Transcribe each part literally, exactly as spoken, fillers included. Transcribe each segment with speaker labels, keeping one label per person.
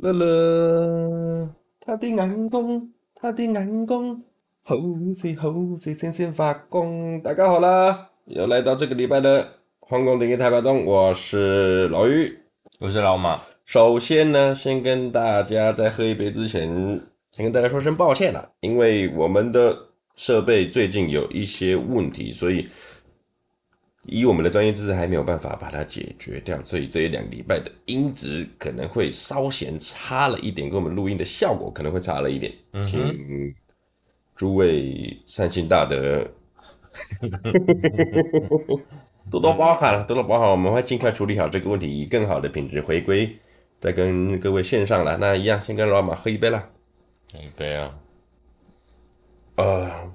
Speaker 1: 啦啦，他的眼光，他的眼光，好似好似星星发光。大家好啦，又来到这个礼拜的皇宫电影台排中，我是老于。
Speaker 2: 我是老马。
Speaker 1: 首先呢，先跟大家在喝一杯之前，先跟大家说声抱歉啦，因为我们的设备最近有一些问题，所以以我们的专业知识还没有办法把它解决掉，所以这一两礼拜的音质可能会稍显差了一点，跟我们录音的效果可能会差了一点，
Speaker 2: 嗯哼，
Speaker 1: 请诸位善心大德多多包涵，多多包涵，我们会尽快处理好这个问题，以更好的品质回归，再跟各位线上了。那一样，先跟老马喝一杯啦。
Speaker 2: 一杯啊。
Speaker 1: 呃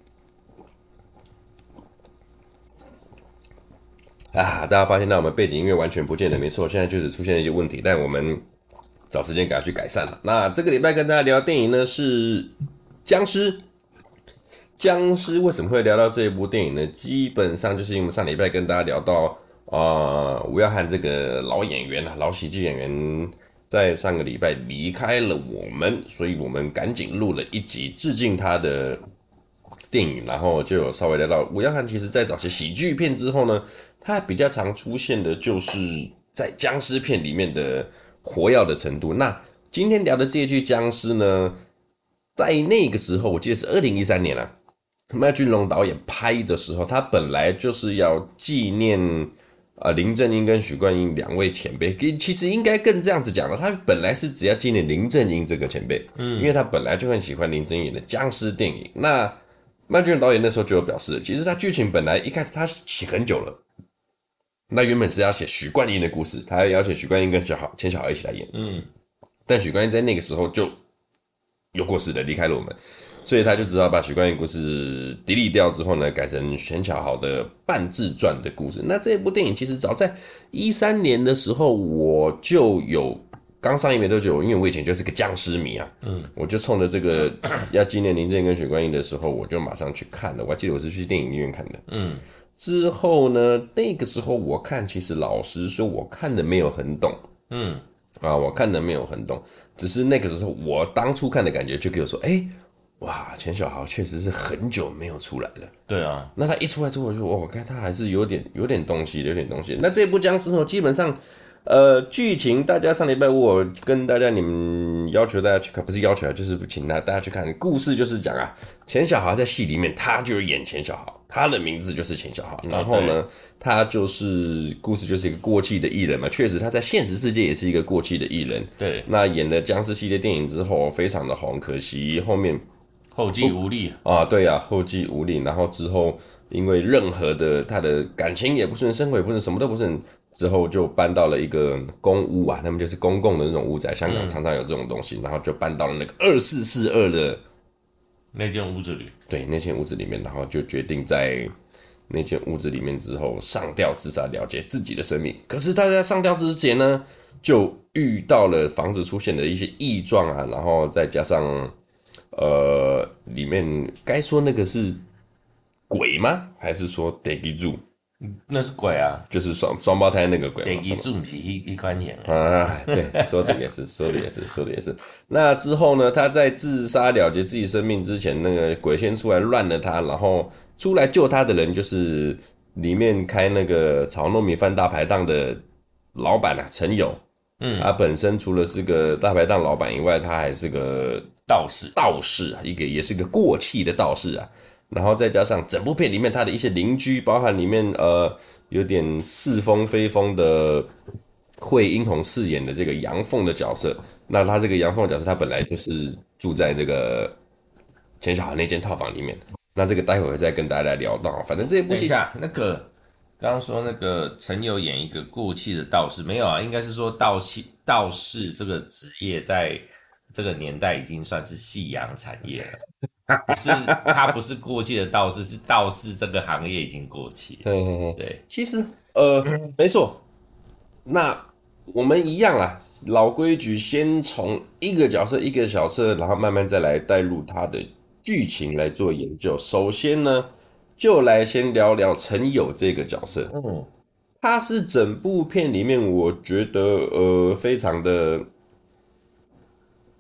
Speaker 1: 啊，大家发现到我们背景音乐完全不见了，没错，现在就是出现了一些问题，但我们找时间给它去改善了。那这个礼拜跟大家聊的电影呢是僵尸。僵尸为什么会聊到这一部电影呢？基本上就是因为我们上礼拜跟大家聊到，呃，吴耀汉这个老演员啊，老喜剧演员，在上个礼拜离开了我们，所以我们赶紧录了一集致敬他的电影，然后就有稍微聊到吴耀汉。其实在早期喜剧片之后呢，他比较常出现的就是在僵尸片里面的活跃的程度。那今天聊的这一句僵尸呢，在那个时候，我记得是二零一三年啊，麦浚龙导演拍的时候，他本来就是要纪念呃林正英跟许冠英两位前辈，其实应该更这样子讲了，他本来是只要纪念林正英这个前辈，嗯，因为他本来就很喜欢林正英演的僵尸电影。那麦浚龙导演那时候就有表示，其实他剧情本来一开始他写很久了，那原本是要写许冠英的故事，他要邀请许冠英跟小豪钱小豪一起来演，嗯，但许冠英在那个时候就有过世的离开了我们。所以他就只好把许冠英故事 delete 掉之后呢，改成钱小豪的半自传的故事。那这部电影其实早在一三年的时候，我就有刚上映没多久，因为我以前就是个僵尸迷啊，嗯，我就冲着这个要纪念林正英跟许冠英的时候，我就马上去看了。我还记得我是去电影院看的，嗯。之后呢，那个时候我看，其实老实说，我看的没有很懂，嗯，啊，我看的没有很懂，只是那个时候我当初看的感觉就给我说，哎。哇，钱小豪确实是很久没有出来了。
Speaker 2: 对啊，
Speaker 1: 那他一出来之后，我就我看他还是有点有点东西，有点东西。那这部僵尸哦，基本上，呃，剧情大家上礼拜我跟大家你们要求大家去看，不是要求啊，就是请大家去看。故事就是讲啊，钱小豪在戏里面他就是演钱小豪，他的名字就是钱小豪。然后呢，他就是故事就是一个过气的艺人嘛，确实他在现实世界也是一个过气的艺人。
Speaker 2: 对，
Speaker 1: 那演了僵尸系列电影之后，非常的红，可惜后面。
Speaker 2: 后继无力
Speaker 1: 啊，对啊，后继无力。然后之后因为任何的他的感情也不顺，生活也不顺，什么都不顺，之后就搬到了一个公屋啊，他们就是公共的那种屋宅，香港常常有这种东西，然后就搬到了那个二四四二的
Speaker 2: 那间屋子里。
Speaker 1: 对，那间屋子里面，然后就决定在那间屋子里面之后上吊自杀，了结自己的生命。可是他在上吊之前呢，就遇到了房子出现的一些异状啊，然后再加上。呃，里面该说那个是鬼吗？还是说得记住？
Speaker 2: 那是鬼啊，
Speaker 1: 就是双双胞胎那个鬼。
Speaker 2: 得记住不是一一款演
Speaker 1: 啊，对，说的也是，说的也是，说的也是。那之后呢，他在自杀了结自己生命之前，那个鬼先出来乱了他，然后出来救他的人就是里面开那个炒糯米饭大排档的老板啊，陈友。嗯，他本身除了是个大排档老板以外，他还是个
Speaker 2: 道士，
Speaker 1: 道士啊，一个也是个过气的道士啊。然后再加上整部片里面他的一些邻居，包含里面呃有点似疯非疯的惠英红饰演的这个杨凤的角色。那他这个杨凤的角色，他本来就是住在这个钱小豪那间套房里面。那这个待会会再跟大家聊到。反正这一部戏，
Speaker 2: 等一下，那个刚刚说那个陈友演一个过气的道士，没有啊？应该是说道士道士这个职业在这个年代已经算是夕阳产业了。不是，他不是过气的道士，是道士这个行业已经过气了。
Speaker 1: 嗯，
Speaker 2: 对，
Speaker 1: 其实呃没错。那我们一样啦，老规矩，先从一个角色一个角色，然后慢慢再来带入他的剧情来做研究。首先呢，就来先聊聊陈友这个角色。嗯，他是整部片里面我觉得呃非常的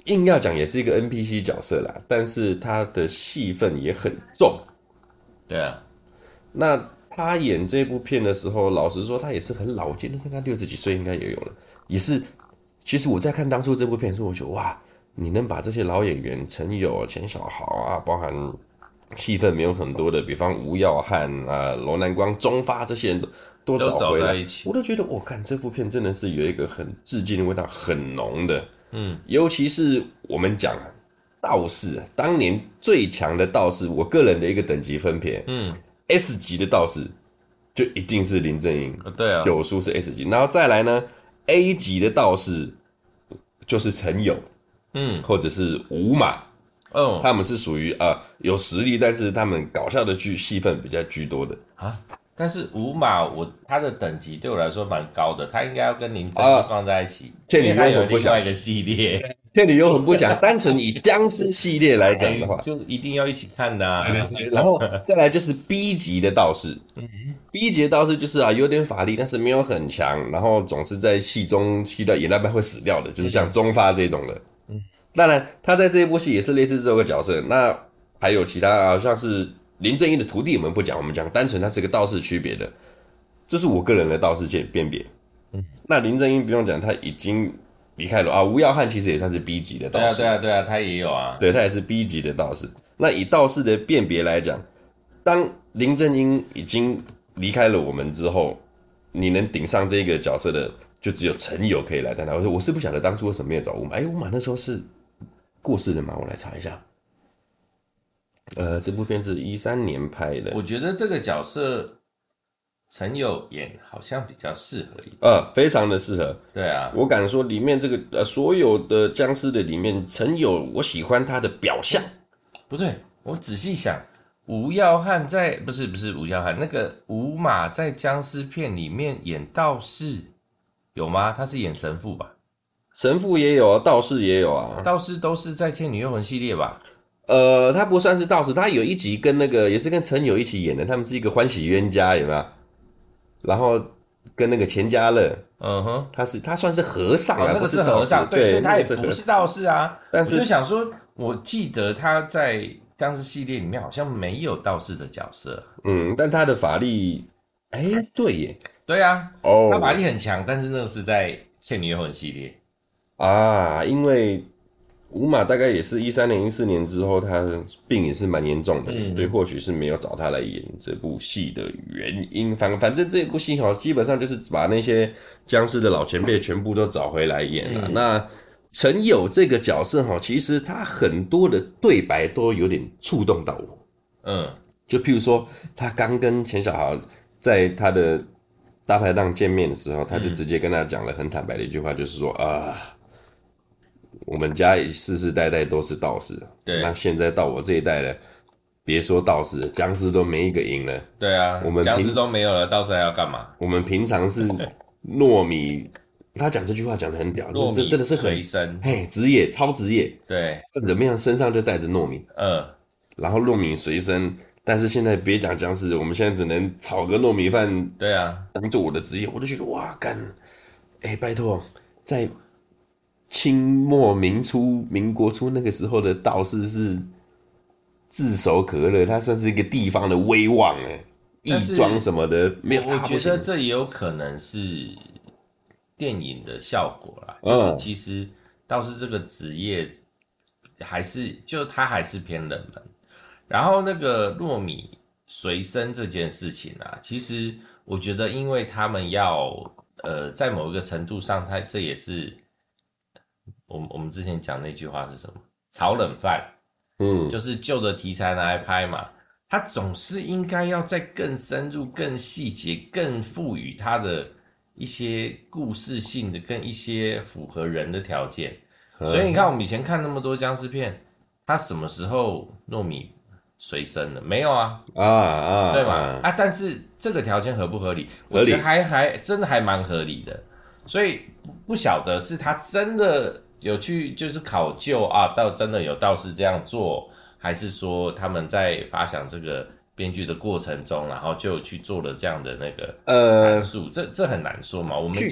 Speaker 1: 硬要讲也是一个 N P C 角色啦，但是他的戏份也很重。
Speaker 2: 对啊，
Speaker 1: 那他演这部片的时候，老实说，他也是很老，我记得他六十几岁应该也有了。也是，其实我在看当初这部片的时候，我觉得哇，你能把这些老演员陈友、钱小豪啊，包含戏份没有很多的，比方吴耀汉啊、罗南光、钟发这些人都都找回来，我都觉得我看这部片真的是有一个很致敬的味道，很浓的。嗯，尤其是我们讲啊，道士当年最强的道士，我个人的一个等级分别，嗯 ，S 级的道士就一定是林正英，
Speaker 2: 对啊，
Speaker 1: 有书是 S 级，然后再来呢 A 级的道士就是陈友，嗯，或者是吴马。哦，他们是属于啊、呃、有实力，但是他们搞笑的剧戏份比较居多的
Speaker 2: 啊。但是吴马我他的等级对我来说蛮高的，他应该要跟林正英放在一起，
Speaker 1: 因为
Speaker 2: 他有另外一个系列。
Speaker 1: 天女幽魂不讲，单纯以僵尸系列来讲的话，
Speaker 2: 就一定要一起看的、啊。
Speaker 1: 然后再来就是 B 级的道士，嗯 B 级的道士就是啊有点法力，但是没有很强，然后总是在戏中戏到演到半会死掉的，就是像钟发这种的。嗯，当然他在这一部戏也是类似这个角色。那还有其他啊，像是林正英的徒弟，我们不讲，我们讲单纯他是个道士区别的，这是我个人的道士界辨别。嗯，那林正英不用讲，他已经离开了啊。吴耀汉其实也算是 B 级的道士，
Speaker 2: 对啊，对啊，对啊，他也有啊，
Speaker 1: 对他也是 B 级的道士。那以道士的辨别来讲，当林正英已经离开了我们之后，你能顶上这个角色的，就只有陈友可以来担当。我说我是不晓得当初为什么没有找吴马，哎，吴马那时候是过世了吗？我来查一下。呃，这部片是一三年拍的。
Speaker 2: 我觉得这个角色陈友演好像比较适合一点，
Speaker 1: 呃，非常的适合。
Speaker 2: 对啊，
Speaker 1: 我敢说里面这个呃所有的僵尸的里面，陈友我喜欢他的表象。
Speaker 2: 不对，我仔细想，吴耀汉在不是不是吴耀汉，那个吴马在僵尸片里面演道士有吗？他是演神父吧？
Speaker 1: 神父也有，道士也有啊。
Speaker 2: 道士都是在《倩女幽魂》系列吧？
Speaker 1: 呃，他不算是道士，他有一集跟那个也是跟陈友一起演的，他们是一个欢喜冤家，有没有？然后跟那个钱嘉乐，嗯哼，他是他算是和尚啊，
Speaker 2: 哦、那个是和尚，
Speaker 1: 对，
Speaker 2: 对，他也不是道士啊。
Speaker 1: 但是
Speaker 2: 我就想说，我记得他在僵尸系列里面好像没有道士的角色，
Speaker 1: 嗯，但他的法力，哎，对耶，
Speaker 2: 对啊，哦，他法力很强，但是那个是在《倩女幽魂》系列
Speaker 1: 啊，因为吴马大概也是一三年、一四年之后，他病也是蛮严重的，嗯、所以或许是没有找他来演这部戏的原因。反反正这部戏哈，基本上就是把那些僵尸的老前辈全部都找回来演了。嗯、那陈友这个角色哈，其实他很多的对白都有点触动到我。嗯，就譬如说，他刚跟钱小豪在他的大排档见面的时候，他就直接跟他讲了很坦白的一句话，就是说啊。我们家世世代代都是道士，对，那现在到我这一代了，别说道士，僵尸都没一个赢了。
Speaker 2: 对啊，我们僵尸都没有了，道士还要干嘛？
Speaker 1: 我们平常是糯米，他讲这句话讲得很屌，
Speaker 2: 糯米
Speaker 1: 真的是
Speaker 2: 随身，
Speaker 1: 嘿，职业超职业，
Speaker 2: 对，
Speaker 1: 怎么样身上就带着糯米，嗯，然后糯米随身。但是现在别讲僵尸，我们现在只能炒个糯米饭，
Speaker 2: 对啊，
Speaker 1: 当做我的职业，我就觉得哇干，哎，拜托，在。清末民初、民国初那个时候的道士是炙手可热，他算是一个地方的威望哎，义庄什么的没有他不行。
Speaker 2: 我觉得这也有可能是电影的效果啦，嗯、就是其实道士这个职业还是就他还是偏冷门。然后那个糯米随身这件事情啊，其实我觉得因为他们要呃在某一个程度上，他这也是。我们我们之前讲那句话是什么？炒冷饭，嗯，就是旧的题材拿来拍嘛，它总是应该要再更深入、更细节、更赋予它的一些故事性的，跟一些符合人的条件。嗯、所以你看，我们以前看那么多僵尸片，它什么时候糯米随身了？没有啊，啊啊，对吧？啊，但是这个条件合不合理？我觉得还还真的还蛮合理的。所以不晓得是他真的有去就是考究啊，到真的有道士这样做，还是说他们在发想这个编剧的过程中，然后就去做了这样的那个阐述，呃、这这很难说嘛。我们已经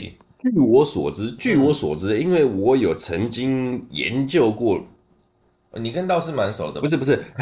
Speaker 1: 据我所知，据我所知，因为我有曾经研究过，
Speaker 2: 你跟道士蛮熟的吧，
Speaker 1: 不是不是，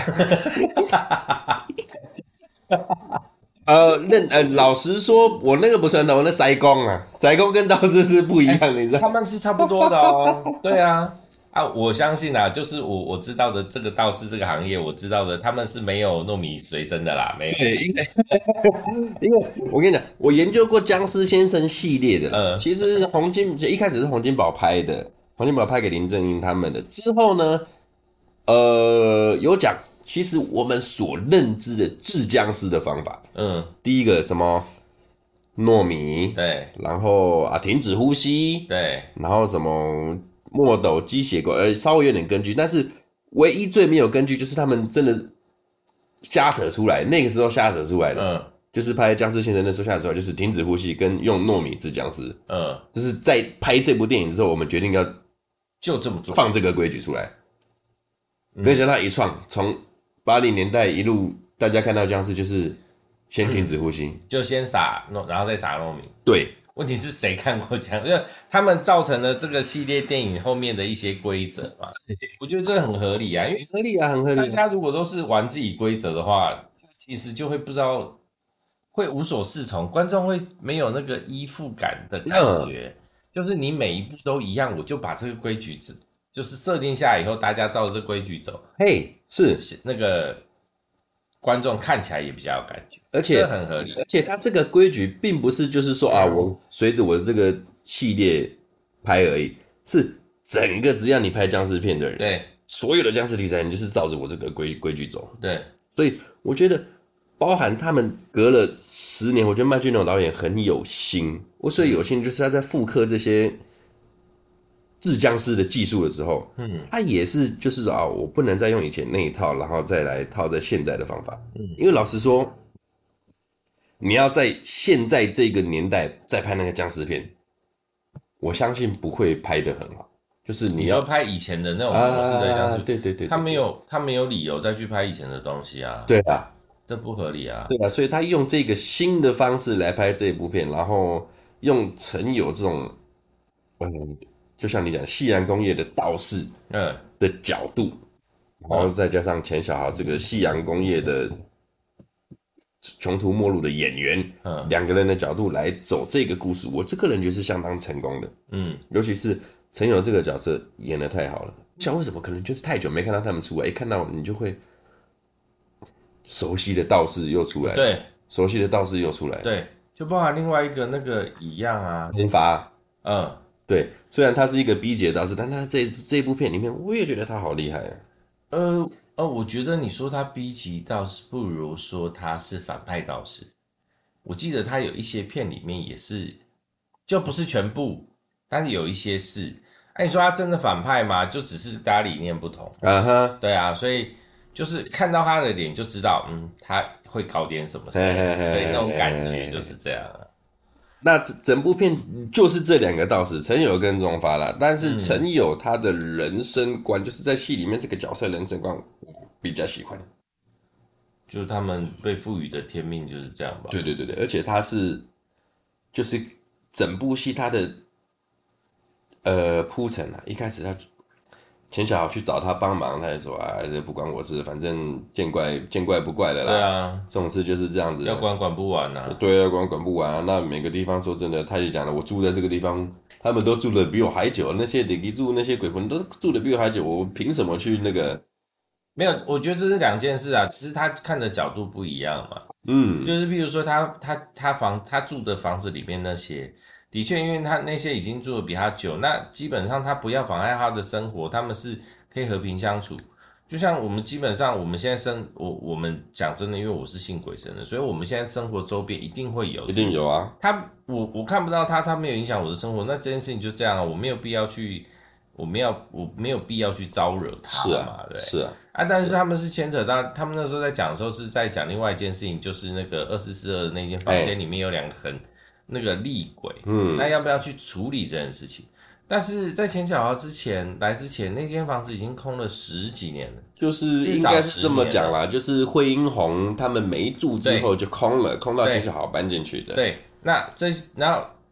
Speaker 1: 呃，认呃，老实说，我那个不算的，我那塞工啊，塞工跟道士是不一样的，你知道
Speaker 2: 他们是差不多的哦。对啊，啊，我相信啊，就是我我知道的这个道士这个行业，我知道的他们是没有糯米随身的啦，没有。
Speaker 1: 对，因为因为我跟你讲，我研究过僵尸先生系列的啦。
Speaker 2: 嗯
Speaker 1: 其实洪金一开始是洪金宝拍的，洪金宝拍给林正英他们的。之后呢，呃，有讲，其实我们所认知的治僵尸的方法，
Speaker 2: 嗯，
Speaker 1: 第一个什么糯米，
Speaker 2: 对
Speaker 1: 然后啊停止呼吸，
Speaker 2: 对，
Speaker 1: 然后什么墨斗、鸡血管，呃，稍微有点根据，但是唯一最没有根据就是他们真的瞎扯出来，那个时候瞎扯出来的。
Speaker 2: 嗯
Speaker 1: 就是拍僵尸先生那时候下的时候，就是停止呼吸跟用糯米治僵尸。
Speaker 2: 嗯，
Speaker 1: 就是在拍这部电影之后，我们决定要
Speaker 2: 就这么做。
Speaker 1: 放这个规矩出来。没想到一创，从八零年代一路，大家看到僵尸就是先停止呼吸，
Speaker 2: 就先撒糯，然后再撒糯米。
Speaker 1: 对，
Speaker 2: 问题是谁看过这样？因为他们造成了这个系列电影后面的一些规则嘛，我觉得这很合理啊。因为
Speaker 1: 合理啊，很合理啊。
Speaker 2: 大家如果都是玩自己规则的话，其实就会不知道，会无所适从，观众会没有那个依附感的感觉。就是你每一步都一样，我就把这个规矩只就是设定下来以后，大家照着这规矩走，
Speaker 1: 嘿，是，
Speaker 2: 那个观众看起来也比较有感觉，
Speaker 1: 而且
Speaker 2: 这很合理。
Speaker 1: 而且它这个规矩并不是就是说啊，我随着我的这个系列拍而已，是整个只要你拍僵尸片的人，
Speaker 2: 对
Speaker 1: 所有的僵尸题材，你就是照着我这个规规矩走。
Speaker 2: 对，
Speaker 1: 所以我觉得，包含他们隔了十年，我觉得麦浚龙导演很有心。我所以有心就是他在复刻这些治僵尸的技术的时候，嗯，他也是就是说啊，我不能再用以前那一套，然后再来套在现在的方法。嗯，因为老实说，你要在现在这个年代再拍那个僵尸片，我相信不会拍得很好。就是你要
Speaker 2: 你要拍以前的那种模式的僵
Speaker 1: 啊，
Speaker 2: 尸，
Speaker 1: 对对对，
Speaker 2: 他没有他没有理由再去拍以前的东西啊，
Speaker 1: 对啊。
Speaker 2: 这不合理啊。
Speaker 1: 对啊，所以他用这个新的方式来拍这一部片，然后用陈友这种，嗯，就像你讲夕阳工业的道士
Speaker 2: 嗯
Speaker 1: 的角度，然后再加上钱小豪这个夕阳工业的穷途末路的演员，
Speaker 2: 嗯
Speaker 1: 两个人的角度来走这个故事，我这个人觉得是相当成功的。
Speaker 2: 嗯，
Speaker 1: 尤其是陈友这个角色演得太好了，想为什么？可能就是太久没看到他们出来，一看到你就会熟悉的道士又出来了，
Speaker 2: 对
Speaker 1: 熟悉的道士又出来了，
Speaker 2: 对，就包含另外一个那个一样啊，
Speaker 1: 金发，
Speaker 2: 嗯，
Speaker 1: 对，虽然他是一个 B 级的道士，但他这这一部片里面，我也觉得他好厉害啊。
Speaker 2: 呃呃，我觉得你说他 B 级道士，不如说他是反派道士。我记得他有一些片里面也是，就不是全部，但是有一些是。哎、你说他真的反派吗？就只是大家理念不同。
Speaker 1: 啊哈，
Speaker 2: 对啊，所以就是看到他的脸就知道，嗯，他会搞点什么事，
Speaker 1: 嘿嘿嘿
Speaker 2: 对，那种感觉就是这样啊。
Speaker 1: 那整整部片就是这两个道士，陈友跟钟发啦。但是陈友他的人生观，就是在戏里面这个角色人生观，我比较喜欢。
Speaker 2: 就是他们被赋予的天命就是这样吧。
Speaker 1: 对对对对，而且他是就是整部戏他的呃铺陈啊，一开始他钱小豪去找他帮忙，他就说啊，这不关我事，反正见怪见怪不怪了啦。
Speaker 2: 对啊，
Speaker 1: 这种事就是这样子的，
Speaker 2: 要管管不完啊。
Speaker 1: 对啊，管管不完啊。那每个地方说真的，他也讲了，我住在这个地方，他们都住的比我还久，那些地基住那些鬼魂都住的比我还久，我凭什么去那个？
Speaker 2: 没有，我觉得这是两件事啊，只是他看的角度不一样嘛。
Speaker 1: 嗯，
Speaker 2: 就是比如说他他他房他住的房子里面那些，的确，因为他那些已经住的比他久，那基本上他不要妨碍他的生活，他们是可以和平相处。就像我们基本上我们现在生我我们讲真的，因为我是信鬼神的，所以我们现在生活周边一定会有，
Speaker 1: 一定有啊。
Speaker 2: 他我我看不到他，他没有影响我的生活，那这件事情就这样啊，我没有必要去，我没有我没有必要去招惹他
Speaker 1: 是
Speaker 2: 嘛，
Speaker 1: 啊，
Speaker 2: 对，
Speaker 1: 是啊，
Speaker 2: 啊，但是他们是牵扯到，他们那时候在讲的时候是在讲另外一件事情，就是那个二四四二的那间房间里面有两个很、欸、那个厉鬼，嗯，那要不要去处理这件事情？但是在钱小豪之前来之前，那间房子已经空了十几年了，
Speaker 1: 就是应该是这么讲啦，就是惠英红他们没住之后就空了，空到钱小豪搬进去的。
Speaker 2: 对，那这然后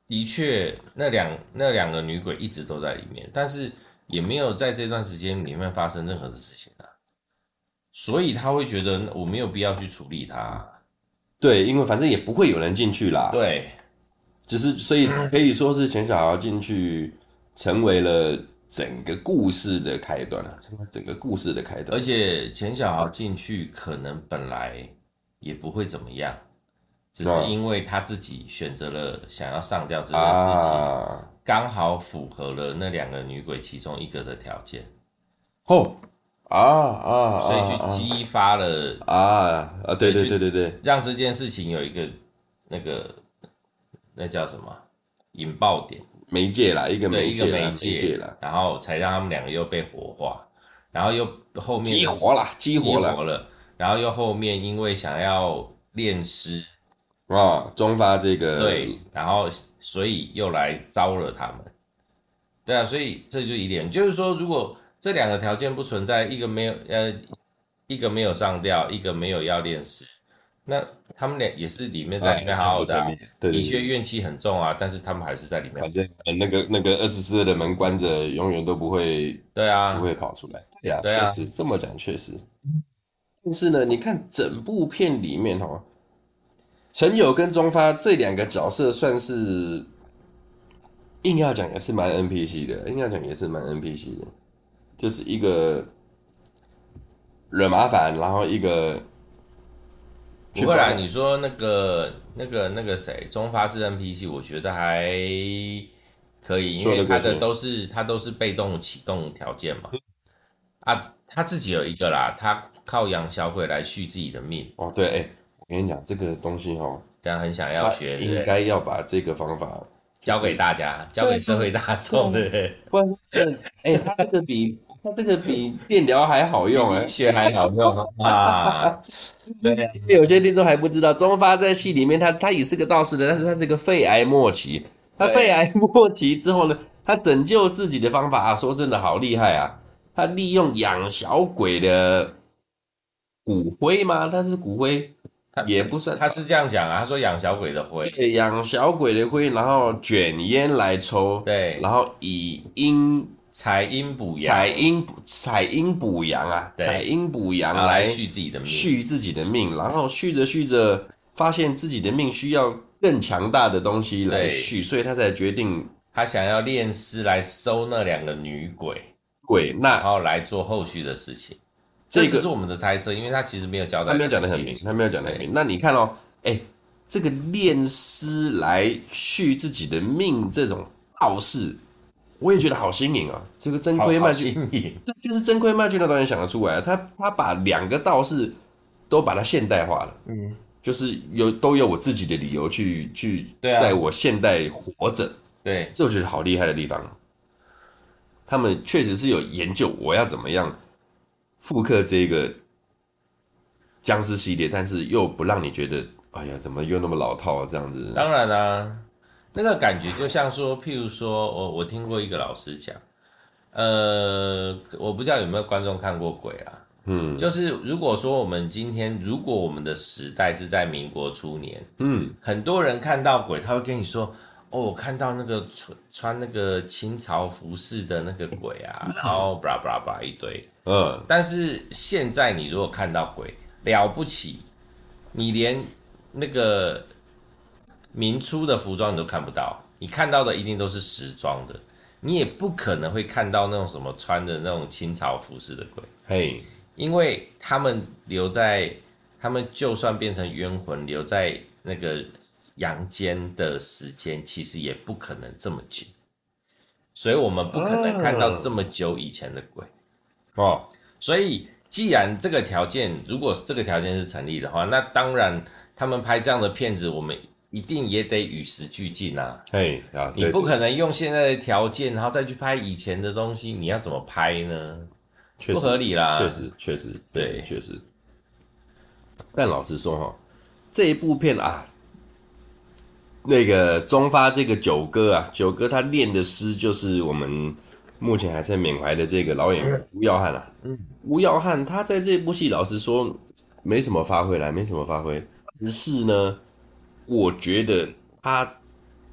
Speaker 2: 的确，那两那两个女鬼一直都在里面，但是也没有在这段时间里面发生任何的事情啊，所以他会觉得我没有必要去处理它。
Speaker 1: 对，因为反正也不会有人进去啦，
Speaker 2: 对，
Speaker 1: 只是所以可以说是钱小豪进去成为了整个故事的开端啊，成为整个故事的开端。
Speaker 2: 而且钱小豪进去可能本来也不会怎么样，只是因为他自己选择了想要上吊这件事情，
Speaker 1: 啊，
Speaker 2: 刚好符合了那两个女鬼其中一个的条件，
Speaker 1: 哦，啊啊
Speaker 2: 所以去
Speaker 1: 啊
Speaker 2: 激发了
Speaker 1: 啊啊啊！对对对对对，
Speaker 2: 让这件事情有一个那个那叫什么引爆点，
Speaker 1: 媒介啦，一个
Speaker 2: 对，一个
Speaker 1: 媒介啦，
Speaker 2: 媒
Speaker 1: 媒介
Speaker 2: 介，
Speaker 1: 啦，
Speaker 2: 然后才让他们两个又被活化，然后又后面
Speaker 1: 激活啦，激
Speaker 2: 激
Speaker 1: 活了
Speaker 2: 活了，然后又后面因为想要练尸，
Speaker 1: 啊！中发这个
Speaker 2: 对，然后所以又来招惹他们，对啊，所以这就一点，就是说如果这两个条件不存在，一个没有呃一个没有上吊，一个没有要练尸，那他们俩也是里面在里面好好的、啊，
Speaker 1: 对
Speaker 2: 的确怨气很重啊，但是他们还是在里面。
Speaker 1: 反正那个那个二十四的门关着，永远都不会
Speaker 2: 对啊，
Speaker 1: 不会跑出来。对呀，
Speaker 2: 对啊，
Speaker 1: 确实这么讲，确实。但是呢，你看整部片里面哦，陈友跟中发这两个角色算是硬要讲也是蛮 N P C 的，硬要讲也是蛮 N P C 的，就是一个惹麻烦，然后一个
Speaker 2: 不会啦，
Speaker 1: 去管。
Speaker 2: 你说那个那个那个谁，中发是 N P C，我觉得还可以，因为他的
Speaker 1: 说得过去。
Speaker 2: 都是他都是被动启动条件嘛。啊，他自己有一个啦，他靠养小鬼来续自己的命，
Speaker 1: 哦，对，哎，我跟你讲，这个东西哦，
Speaker 2: 这样很想要
Speaker 1: 他
Speaker 2: 学，对不
Speaker 1: 应
Speaker 2: 对？
Speaker 1: 该要把这个方法
Speaker 2: 教给大家，教给社会大众，对不对？
Speaker 1: 不然说，哎、他这个比他这个比电疗还好用哎、
Speaker 2: 比学还好用啊！对啊，
Speaker 1: 因为有些听众还不知道，中发在戏里面他他也是个道士的，但是他是个肺癌末期。他肺
Speaker 2: 对，
Speaker 1: 癌末期之后呢，他拯救自己的方法啊，说真的好厉害啊！他利用养小鬼的骨灰吗？他是骨灰，也不算，
Speaker 2: 他是这样讲啊，他说养小鬼的灰，
Speaker 1: 对养小鬼的灰，然后卷烟来抽，
Speaker 2: 对，
Speaker 1: 然后以阴
Speaker 2: 采阴补阳，
Speaker 1: 采阴补采阴补阳啊，
Speaker 2: 对
Speaker 1: 采阴补阳
Speaker 2: 然后来
Speaker 1: 来
Speaker 2: 续自己的命。
Speaker 1: 续自己的命，然后续着续着，发现自己的命需要更强大的东西来
Speaker 2: 对
Speaker 1: 续，所以他才决定
Speaker 2: 他想要练尸来收那两个女鬼，
Speaker 1: 鬼。
Speaker 2: 然
Speaker 1: 那
Speaker 2: 后来做后续的事情。
Speaker 1: 这个
Speaker 2: 这只是我们的猜测，因为他其实没有交代，
Speaker 1: 他没有讲得很明，他没有讲得很明。那你看哦，哎，这个炼尸来续自己的命这种道士，我也觉得好新颖啊！这个真
Speaker 2: 好好
Speaker 1: 亏卖就
Speaker 2: 新颖。
Speaker 1: 就是真亏卖俊的导演想得出来，他他把两个道士都把它现代化了。
Speaker 2: 嗯，
Speaker 1: 就是有都有我自己的理由去去，
Speaker 2: 对啊
Speaker 1: 在我现代活着，
Speaker 2: 对，
Speaker 1: 这我觉得好厉害的地方。他们确实是有研究我要怎么样复刻这个僵尸系列，但是又不让你觉得，哎呀，怎么又那么老套啊？这样子，
Speaker 2: 当然啦、啊那个感觉就像说，譬如说，我我听过一个老师讲，呃，我不知道有没有观众看过鬼啊？
Speaker 1: 嗯
Speaker 2: 就是如果说我们今天，如果我们的时代是在民国初年，
Speaker 1: 嗯，
Speaker 2: 很多人看到鬼，他会跟你说：“哦，我看到那个穿穿那个清朝服饰的那个鬼啊，然后巴拉巴拉巴拉一堆。”
Speaker 1: 嗯，
Speaker 2: 但是现在你如果看到鬼，了不起，你连那个民初的服装你都看不到，你看到的一定都是时装的，你也不可能会看到那种什么穿的那种清朝服饰的鬼。
Speaker 1: 嘿，
Speaker 2: 因为他们留在，他们就算变成冤魂，留在那个阳间的时间，其实也不可能这么久，所以我们不可能看到这么久以前的鬼。
Speaker 1: 哦，
Speaker 2: 所以，既然这个条件，如果这个条件是成立的话，那当然他们拍这样的片子，我们一定也得与时俱进啊。
Speaker 1: 嘿啊，
Speaker 2: 你不可能用现在的条件，然后再去拍以前的东西，你要怎么拍呢？不合理啦，
Speaker 1: 确实确实
Speaker 2: 对，
Speaker 1: 确实。但老实说哈，这一部片啊，那个中发这个九哥啊，九哥他练的诗就是我们目前还在缅怀的这个老演员吴耀汉啊。嗯，吴耀汉他在这部戏老实说没什么发挥啦，没什么发挥。但是呢，我觉得他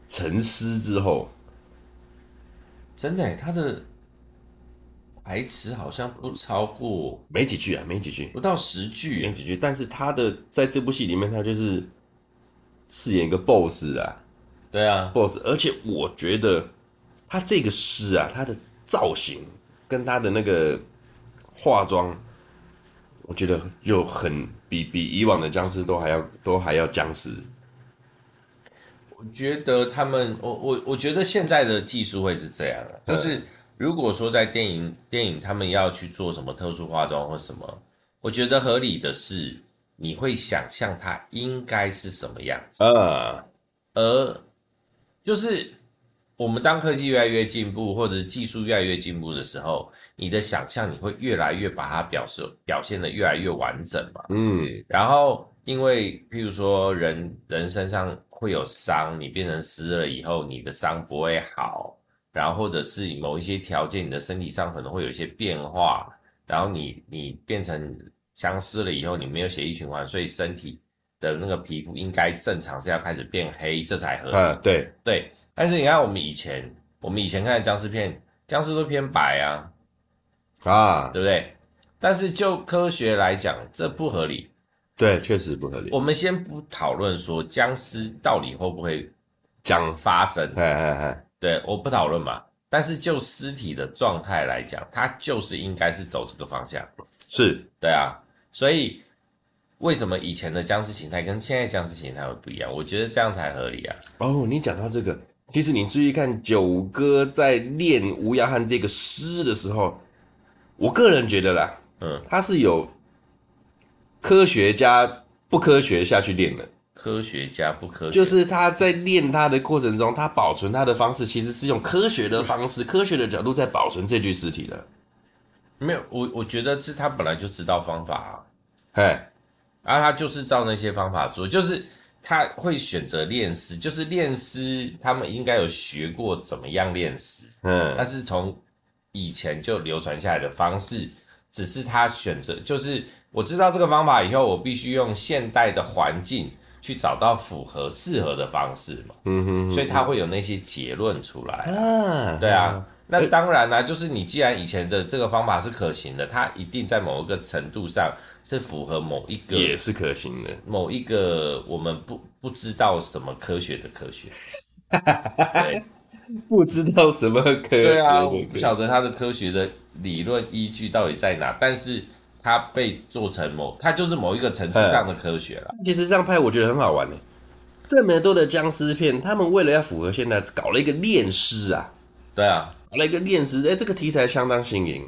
Speaker 1: 沉尸之后，
Speaker 2: 真的耶，他的台词好像不超过
Speaker 1: 没几句啊，没几句，
Speaker 2: 不到十句耶。
Speaker 1: 没几句，但是他的在这部戏里面，他就是饰演一个 boss 啊
Speaker 2: 对啊，
Speaker 1: ，boss，而且我觉得他这个诗啊，他的造型跟他的那个化妆，我觉得又很比比以往的僵尸都还要都还要僵尸。
Speaker 2: 我觉得他们，我我我觉得现在的技术会是这样的，就是如果说在电影电影他们要去做什么特殊化妆或什么，我觉得合理的是你会想象它应该是什么样子，
Speaker 1: 啊，
Speaker 2: 而就是我们当科技越来越进步，或者是技术越来越进步的时候，你的想象你会越来越把它表示表现的越来越完整嘛。
Speaker 1: 嗯，
Speaker 2: 然后因为譬如说人人身上会有伤，你变成湿了以后，你的伤不会好，然后或者是某一些条件，你的身体上可能会有一些变化，然后你你变成僵尸了以后，你没有血液循环，所以身体的那个皮肤应该正常是要开始变黑，这才合理。
Speaker 1: 啊，对，
Speaker 2: 对，但是你看我们以前，我们以前看的僵尸片，僵尸都偏白啊，
Speaker 1: 啊，
Speaker 2: 对不对？但是就科学来讲，这不合理。
Speaker 1: 对，确实不合理。
Speaker 2: 我们先不讨论说僵尸到底会不会
Speaker 1: 讲，
Speaker 2: 发生，
Speaker 1: 哎哎哎，
Speaker 2: 对，我不讨论嘛。但是就尸体的状态来讲，它就是应该是走这个方向，
Speaker 1: 是，
Speaker 2: 对啊。所以为什么以前的僵尸形态跟现在僵尸形态会不一样？我觉得这样才合理啊。
Speaker 1: 哦，你讲到这个，其实你注意看九哥在练吴亚汉这个诗的时候，我个人觉得啦，
Speaker 2: 嗯，
Speaker 1: 他是有科学加不科学下去练的，
Speaker 2: 科学家不科学，
Speaker 1: 就是他在练他的过程中，他保存他的方式其实是用科学的方式、科学的角度在保存这具尸体的。
Speaker 2: 没有我，我觉得是他本来就知道方法啊，
Speaker 1: 哎，
Speaker 2: 然后他就是照那些方法做，就是他会选择练尸，就是练尸，他们应该有学过怎么样练尸，
Speaker 1: 嗯，
Speaker 2: 但是从以前就流传下来的方式，只是他选择，就是我知道这个方法以后，我必须用现代的环境去找到符合适合的方式嘛，
Speaker 1: 嗯哼哼，
Speaker 2: 所以他会有那些结论出来。
Speaker 1: 啊，
Speaker 2: 对啊，那当然啦、就是你既然以前的这个方法是可行的，它一定在某一个程度上是符合某一个
Speaker 1: 也是可行的。
Speaker 2: 某一个我们不不知道什么科学的科学。对
Speaker 1: 不知道什么科学
Speaker 2: 对啊，
Speaker 1: 的
Speaker 2: 我不晓得它的科学的理论依据到底在哪，但是它被做成某，它就是某一个层次上的科学了。
Speaker 1: 其实这样拍我觉得很好玩呢。这么多的僵尸片，他们为了要符合现在，搞了一个炼尸啊，
Speaker 2: 对啊，
Speaker 1: 搞了一个炼尸，哎，这个题材相当新颖。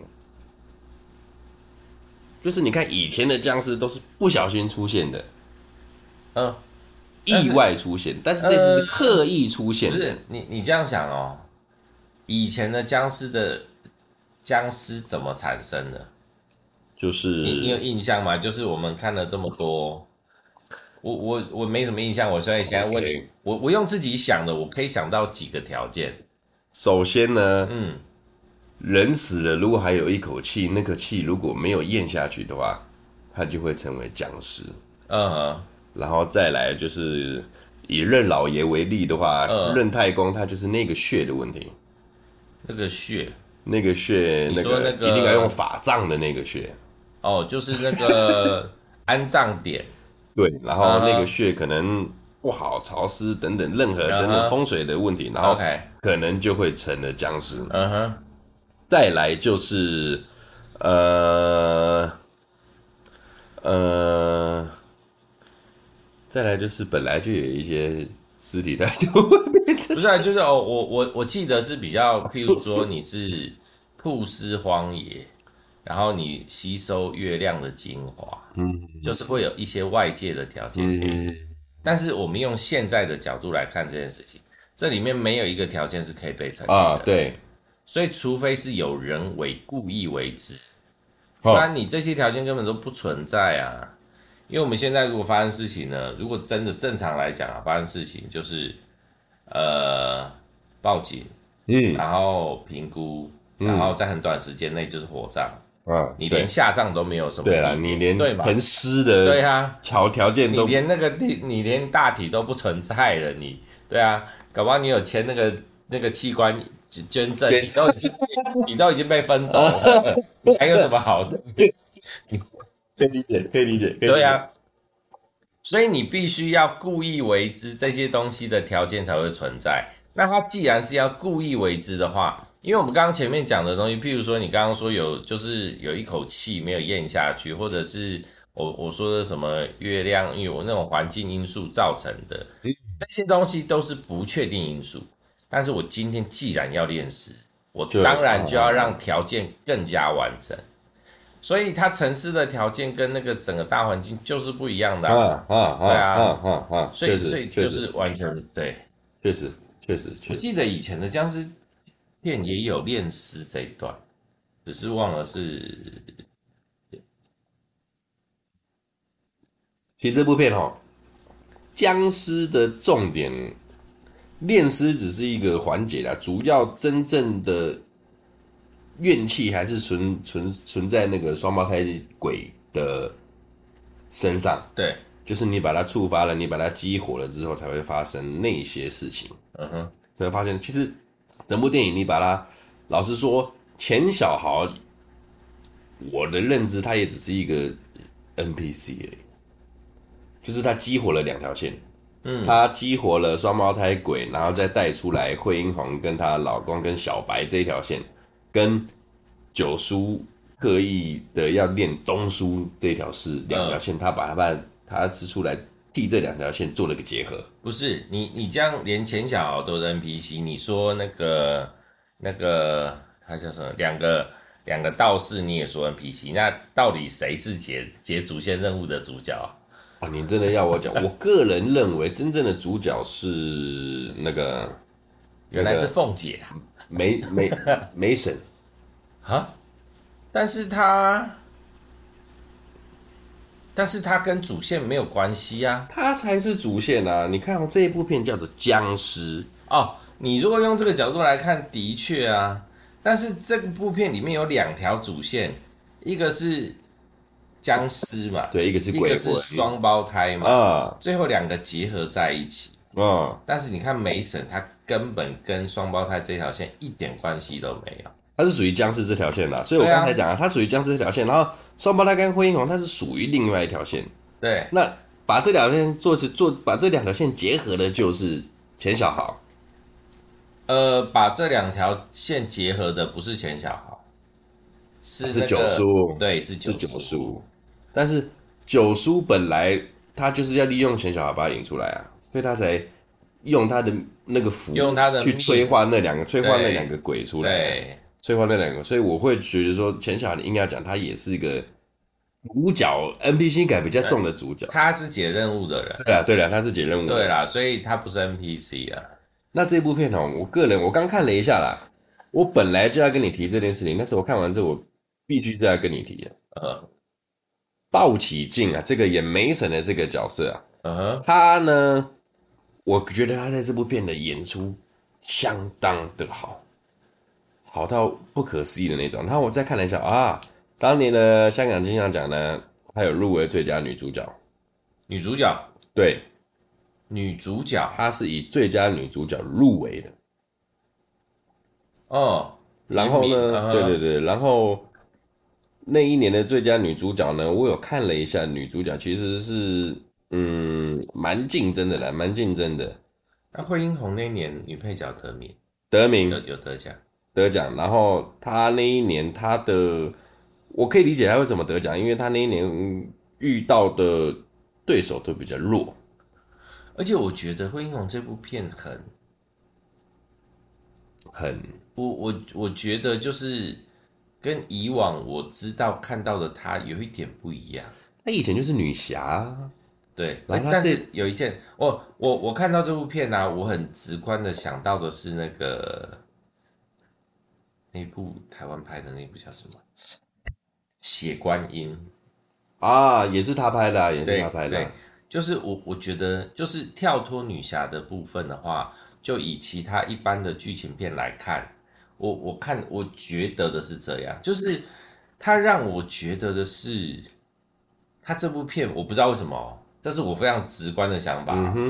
Speaker 1: 就是你看以前的僵尸都是不小心出现的，
Speaker 2: 嗯，
Speaker 1: 意外出现，但是这次是刻意出现的。
Speaker 2: 不是你你这样想哦，以前的僵尸的僵尸怎么产生的？
Speaker 1: 就是
Speaker 2: 你你有印象吗？就是我们看了这么多，我我我没什么印象，我所以现在问你
Speaker 1: OK
Speaker 2: 我我用自己想的，我可以想到几个条件。
Speaker 1: 首先呢，
Speaker 2: 嗯，
Speaker 1: 人死了，如果还有一口气，那个气如果没有咽下去的话，它就会成为僵尸。
Speaker 2: 嗯哼，
Speaker 1: 然后再来就是以任老爷为例的话，
Speaker 2: 嗯
Speaker 1: 任太公他就是那个血的问题，
Speaker 2: 那个血
Speaker 1: 那个血那个
Speaker 2: 你说那个
Speaker 1: 一定要用法杖的那个血，
Speaker 2: 哦，就是那个安葬点。
Speaker 1: 对，然后那个血可能不好、潮湿等等任何
Speaker 2: 嗯哼
Speaker 1: 等等风水的问题，然后
Speaker 2: OK，
Speaker 1: 可能就会成了僵尸。
Speaker 2: 嗯哼，
Speaker 1: 再来就是呃呃，再来就是本来就有一些尸体在里面，
Speaker 2: 不是啊，就是哦，我我我记得是比较，譬如说你是曝尸荒野，然后你吸收月亮的精华，
Speaker 1: 嗯
Speaker 2: 就是会有一些外界的条件给你。
Speaker 1: 嗯，
Speaker 2: 但是我们用现在的角度来看这件事情，这里面没有一个条件是可以被成立的。
Speaker 1: 啊，对，
Speaker 2: 所以除非是有人为故意为之，不
Speaker 1: 哦，
Speaker 2: 然你这些条件根本都不存在啊。因为我们现在如果发生事情呢，如果真的正常来讲啊，发生事情就是呃报警，
Speaker 1: 嗯
Speaker 2: 然后评估，然后在很短时间内就是火葬，
Speaker 1: 啊，
Speaker 2: 你连下葬都没有什么
Speaker 1: 对了，
Speaker 2: 意义
Speaker 1: 你连
Speaker 2: 对吧？
Speaker 1: 很湿的
Speaker 2: 对啊，
Speaker 1: 条条件都
Speaker 2: 你连那个地，你连大体都不存在了，你对啊。 搞不好你有签那个那个器官捐赠，你都已经你都已经被分走了，你还有什么好事？
Speaker 1: 可以理解，可以理解，可以理解。
Speaker 2: 对啊，所以你必须要故意为之，这些东西的条件才会存在。那它既然是要故意为之的话，因为我们刚刚前面讲的东西，譬如说你刚刚说有就是有一口气没有咽下去，或者是我我说的什么月亮有那种环境因素造成的，那些东西都是不确定因素。但是我今天既然要练诗，我当然就要让条件更加完整。所以它城市的条件跟那个整个大环境就是不一样的
Speaker 1: 啊啊啊！
Speaker 2: 对啊，
Speaker 1: 啊啊啊！
Speaker 2: 所以
Speaker 1: 确实
Speaker 2: 所以就是完全对，
Speaker 1: 确实确实确实。
Speaker 2: 我记得以前的僵尸片也有练诗这一段，只是忘了是。
Speaker 1: 其实这部片哦，僵尸的重点练诗只是一个环节啦，主要真正的怨气还是存存存在那个双胞胎鬼的身上。
Speaker 2: 对，
Speaker 1: 就是你把它触发了，你把它激活了之后，才会发生那些事情。
Speaker 2: 嗯哼，
Speaker 1: 才会发现，其实整部电影你把它，老实说，钱小豪，我的认知他也只是一个 N P C 而已，就是他激活了两条线。
Speaker 2: 嗯，
Speaker 1: 他激活了双胞胎鬼，然后再带出来惠英红跟她老公跟小白这一条线，跟九叔刻意的要练东叔这条是两条线，他把他把他是出来替这两条线做了个结合。
Speaker 2: 不是你你这样连钱小豪都是 N P C， 你说那个那个他叫什么？两个两个道士你也说 N P C， 那到底谁是解解主线任务的主角啊？
Speaker 1: 啊，你真的要我讲？我个人认为真正的主角是那个
Speaker 2: 原来是凤姐啊！
Speaker 1: 梅梅梅婶
Speaker 2: 啊，但是他但是他跟主线没有关系啊。
Speaker 1: 她才是主线啊！你看、哦、这一部片叫做《僵尸》
Speaker 2: 哦，你如果用这个角度来看，的确啊。但是这部片里面有两条主线，一个是僵尸嘛，
Speaker 1: 对，一个是
Speaker 2: 一个
Speaker 1: 鬼魂
Speaker 2: 是双胞胎嘛，
Speaker 1: 啊
Speaker 2: 最后两个结合在一起。
Speaker 1: 啊，
Speaker 2: 但是你看梅婶，她根本跟双胞胎这条线一点关系都没有。
Speaker 1: 它是属于僵尸这条线的、所以我刚才讲啊，它属于僵尸这条线，然后双胞胎跟惠英红它是属于另外一条线。
Speaker 2: 对，
Speaker 1: 那把这两条线做是做把这两条线结合的就是钱小豪。
Speaker 2: 呃，把这两条线结合的不是钱小豪，是、那个、
Speaker 1: 是九叔，
Speaker 2: 对，是九
Speaker 1: 是九叔。但是九叔本来他就是要利用钱小豪把他引出来啊，所以他才用他的那个符，
Speaker 2: 用他的
Speaker 1: 去催化那两个催化那两个鬼出来，
Speaker 2: 对，
Speaker 1: 催化那两个。所以我会觉得说，钱小豪应该讲他也是一个主角 N P C 感比较重的主角。
Speaker 2: 他是解任务的人。
Speaker 1: 对啦，对啦，他是解任务的。
Speaker 2: 对啦，所以他不是 N P C 啊。
Speaker 1: 那这部片哦，我个人我刚看了一下啦，我本来就要跟你提这件事情，但是我看完之后，我必须再要跟你提的。
Speaker 2: 呃，
Speaker 1: 鲍起静啊，这个演梅婶的这个角色啊，
Speaker 2: 嗯哼，
Speaker 1: 他呢，我觉得他在这部片的演出相当的好，好到不可思议的那种。然后我再看了一下啊，当年的香港金像奖呢，她有入围最佳女主角，
Speaker 2: 女主角，
Speaker 1: 对，
Speaker 2: 女主角，
Speaker 1: 她是以最佳女主角入围的。
Speaker 2: 哦，
Speaker 1: 然后呢，
Speaker 2: 嗯哼
Speaker 1: 对对对，然后那一年的最佳女主角呢，我有看了一下，女主角其实是嗯蛮竞争的啦，蛮竞争的，
Speaker 2: 那惠英红那年女配角得名，有
Speaker 1: 得名
Speaker 2: 有得奖。
Speaker 1: 得奖。然后她那一年她的，我可以理解她为什么得奖，因为她那一年嗯遇到的对手都比较弱，
Speaker 2: 而且我觉得惠英红这部片很，
Speaker 1: 很
Speaker 2: 我我我觉得就是跟以往我知道看到的她有一点不一样。
Speaker 1: 她以前就是女侠啊，
Speaker 2: 对，
Speaker 1: 然后她这
Speaker 2: 但是有一件，我我我看到这部片啊，我很直观的想到的是那个那部台湾拍的那部叫什么《血观音》。
Speaker 1: 啊也是她拍的、啊，也是
Speaker 2: 对
Speaker 1: 她拍的、
Speaker 2: 对
Speaker 1: 啊，，
Speaker 2: 就是我我觉得就是跳脱女侠的部分的话，就以其他一般的剧情片来看，我我看我觉得的是这样，就是它让我觉得的是，它这部片我不知道为什么哦，这是我非常直观的想法哦，
Speaker 1: 嗯哼，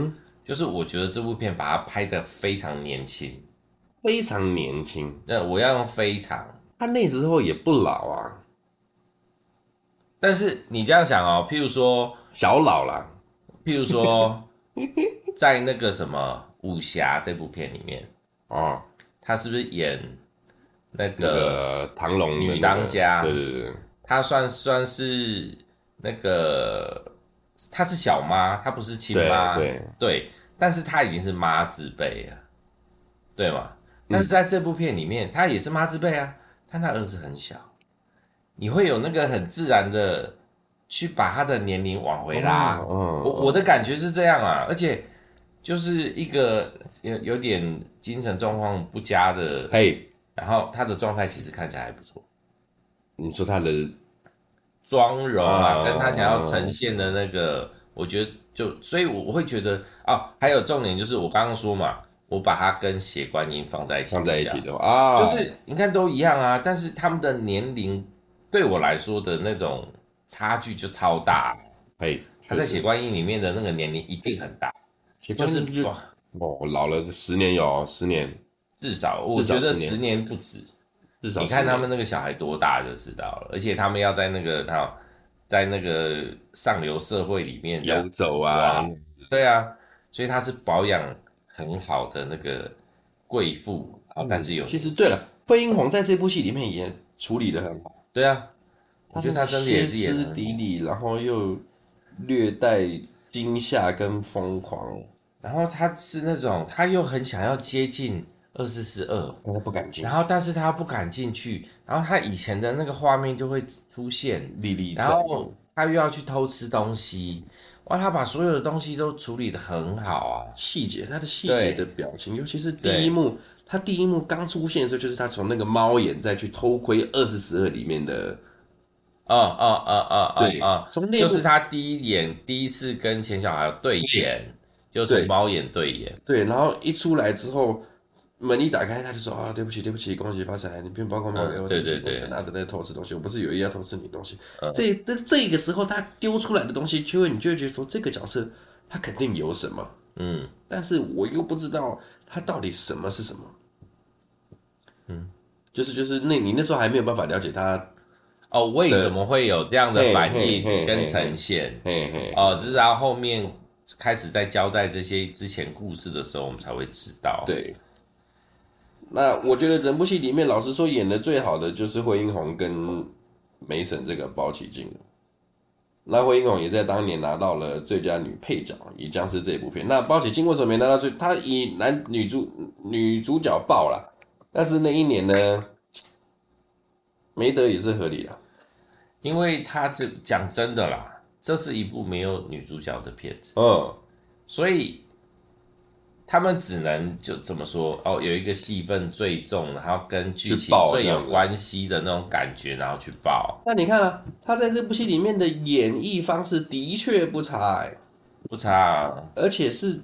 Speaker 2: 就是我觉得这部片把它拍得非常年轻，
Speaker 1: 非常年轻。
Speaker 2: 那我要用非常，
Speaker 1: 他那时候也不老啊，
Speaker 2: 但是你这样想哦，譬如说，
Speaker 1: 小老啦。
Speaker 2: 譬如说，在那个什么武侠这部片里面，
Speaker 1: 哦，
Speaker 2: 他是不是演那
Speaker 1: 那
Speaker 2: 个
Speaker 1: 个唐龙的那个
Speaker 2: 女当家？
Speaker 1: 对对对，
Speaker 2: 他算算是那个，他是小妈，他不是亲妈，
Speaker 1: 对
Speaker 2: 对，但是他已经是妈字辈了，对吗？但是
Speaker 1: 嗯
Speaker 2: 在这部片里面，他也是妈字辈啊，但他儿子很小，你会有那个很自然的去把他的年龄往回拉。
Speaker 1: 哦哦
Speaker 2: 我我的感觉是这样啊，而且就是一个有有点精神状况不佳的，
Speaker 1: 嘿，
Speaker 2: 然后他的状态其实看起来还不错。
Speaker 1: 你说他的
Speaker 2: 妆容啊，
Speaker 1: 啊
Speaker 2: 跟他想要呈现的那个，我觉得就，所以我会觉得啊，还有重点就是我刚刚说嘛，我把它跟血观音放在一起，
Speaker 1: 放在一起的话啊，
Speaker 2: 就是你看都一样啊，但是他们的年龄对我来说的那种差距就超大。
Speaker 1: 嘿，
Speaker 2: 他在
Speaker 1: 确实
Speaker 2: 血观音里面的那个年龄一定很大，
Speaker 1: 血
Speaker 2: 就是
Speaker 1: 观音就
Speaker 2: 哇，
Speaker 1: 哦老了十年有哦十年，
Speaker 2: 至少我
Speaker 1: 至少十年
Speaker 2: 觉得十年不止。
Speaker 1: 至少
Speaker 2: 你看他
Speaker 1: 十年
Speaker 2: 们那个小孩多大就知道了，而且他们要在那个他在那个上流社会里面这样
Speaker 1: 游走啊，
Speaker 2: 哇，对啊，所以他是保养很好的那个贵妇，然后但是有
Speaker 1: 其实
Speaker 2: 年轻，
Speaker 1: 对了，惠英红在这部戏里面也处理的很好，
Speaker 2: 对啊，我觉得他真的也是演
Speaker 1: 歇斯
Speaker 2: 得很好。
Speaker 1: 底里，然后又略带惊吓跟疯狂，
Speaker 2: 然后他是那种他又很想要接近二四四二，
Speaker 1: 但是不敢进
Speaker 2: 然，后但是他不敢进去，然后他以前的那个画面就会出现，
Speaker 1: 历历
Speaker 2: 然后他又要去偷吃东西，哇，他把所有的东西都处理得很好啊，
Speaker 1: 细节，他的细节
Speaker 2: 对
Speaker 1: 的表情，尤其是第
Speaker 2: 对
Speaker 1: 一幕，他第一幕刚出现的时候，就是他从那个猫眼再去偷窥二十十二里面的，
Speaker 2: 哦哦哦哦哦
Speaker 1: 对，
Speaker 2: 哦，
Speaker 1: 从那部
Speaker 2: 就是他第一眼第一次跟钱小孩对眼，就是
Speaker 1: 对
Speaker 2: 猫眼对眼，
Speaker 1: 对，然后一出来之后，门一打开，他就说啊，对不起，对不起，恭喜发财，你不用包括猫给我，
Speaker 2: 嗯，对
Speaker 1: 不起，
Speaker 2: 对对，
Speaker 1: 拿着在偷吃东西，我不是有意要偷吃你东西。
Speaker 2: 嗯，
Speaker 1: 这这这个时候他丢出来的东西，就会你就会觉得说这个角色他肯定有什么，
Speaker 2: 嗯
Speaker 1: 但是我又不知道他到底什么是什么。
Speaker 2: 嗯，
Speaker 1: 就是就是那你那时候还没有办法了解他
Speaker 2: 哦，为什么会有这样的反应
Speaker 1: 嘿嘿嘿
Speaker 2: 跟呈现？
Speaker 1: 嘿嘿，
Speaker 2: 哦，直到后面开始在交代这些之前故事的时候，我们才会知道。
Speaker 1: 对。那我觉得整部戏里面，老实说演的最好的就是惠英红跟梅婶这个包起镜。那惠英红也在当年拿到了最佳女配角，以僵尸这一部片。那包起镜为什么没拿到最？她以男女主女主角报啦，但是那一年呢，没得也是合理的。
Speaker 2: 因为他这讲真的啦，这是一部没有女主角的片子，
Speaker 1: 嗯，
Speaker 2: 所以他们只能就怎么说哦，有一个戏份最重，然后跟剧
Speaker 1: 去
Speaker 2: 情最有
Speaker 1: 报这样子
Speaker 2: 关系的那种感觉，然后去报，
Speaker 1: 那你看啊，他在这部戏里面的演绎方式的确不差、欸，
Speaker 2: 不差啊。
Speaker 1: 而且是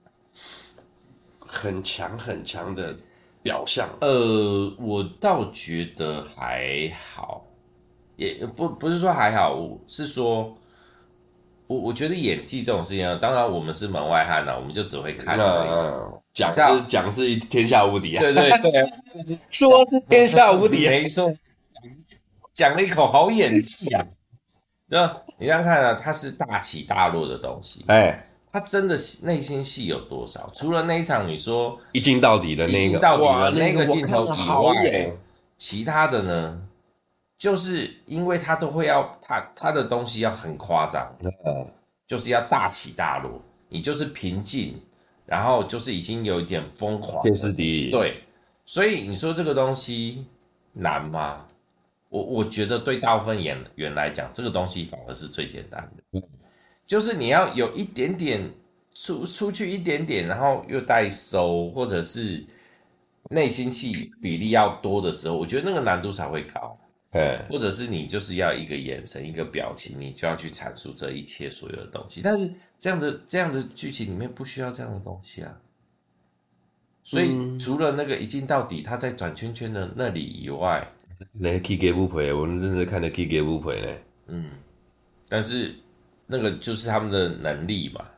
Speaker 1: 很强很强的表象。
Speaker 2: 呃，我倒觉得还好，也不不是说还好，我是说，我我觉得演技这种事情啊，当然我们是门外汉啊，我们就只会看而已。
Speaker 1: 嗯，讲
Speaker 2: 这样
Speaker 1: 是讲是天下无敌啊，
Speaker 2: 对对对，就是
Speaker 1: 说是天下无敌啊。
Speaker 2: 没错，讲了一口好演技啊！对吧？你这样看啊，它是大起大落的东西，
Speaker 1: 哎，
Speaker 2: 他真的内心戏有多少？除了那一场你说
Speaker 1: 一镜到底的那个，
Speaker 2: 一镜到底
Speaker 1: 哇，
Speaker 2: 的那个
Speaker 1: 我
Speaker 2: 镜头以
Speaker 1: 看了好
Speaker 2: 外
Speaker 1: 远，
Speaker 2: 其他的呢，就是因为他都会要他他的东西要很夸张，
Speaker 1: 嗯
Speaker 2: 就是要大起大落，你就是平静，然后就是已经有一点疯狂
Speaker 1: 歇
Speaker 2: 了，
Speaker 1: 斯底里。
Speaker 2: 对，所以你说这个东西难吗？我我觉得对大部分演员来讲，这个东西反而是最简单的，就是你要有一点点出出去一点点，然后又带收，或者是内心戏比例要多的时候，我觉得那个难度才会高。
Speaker 1: 哎，
Speaker 2: 或者是你就是要一个眼神、一个表情，你就要去阐述这一切所有的东西。但是这样的这样的剧情里面不需要这样的东西啊。所以除了那个一镜到底，他在转圈圈的那里以外，
Speaker 1: 那 K 给不赔，我们真是看的 K 给不赔嘞。
Speaker 2: 嗯，但是那个就是他们的能力嘛。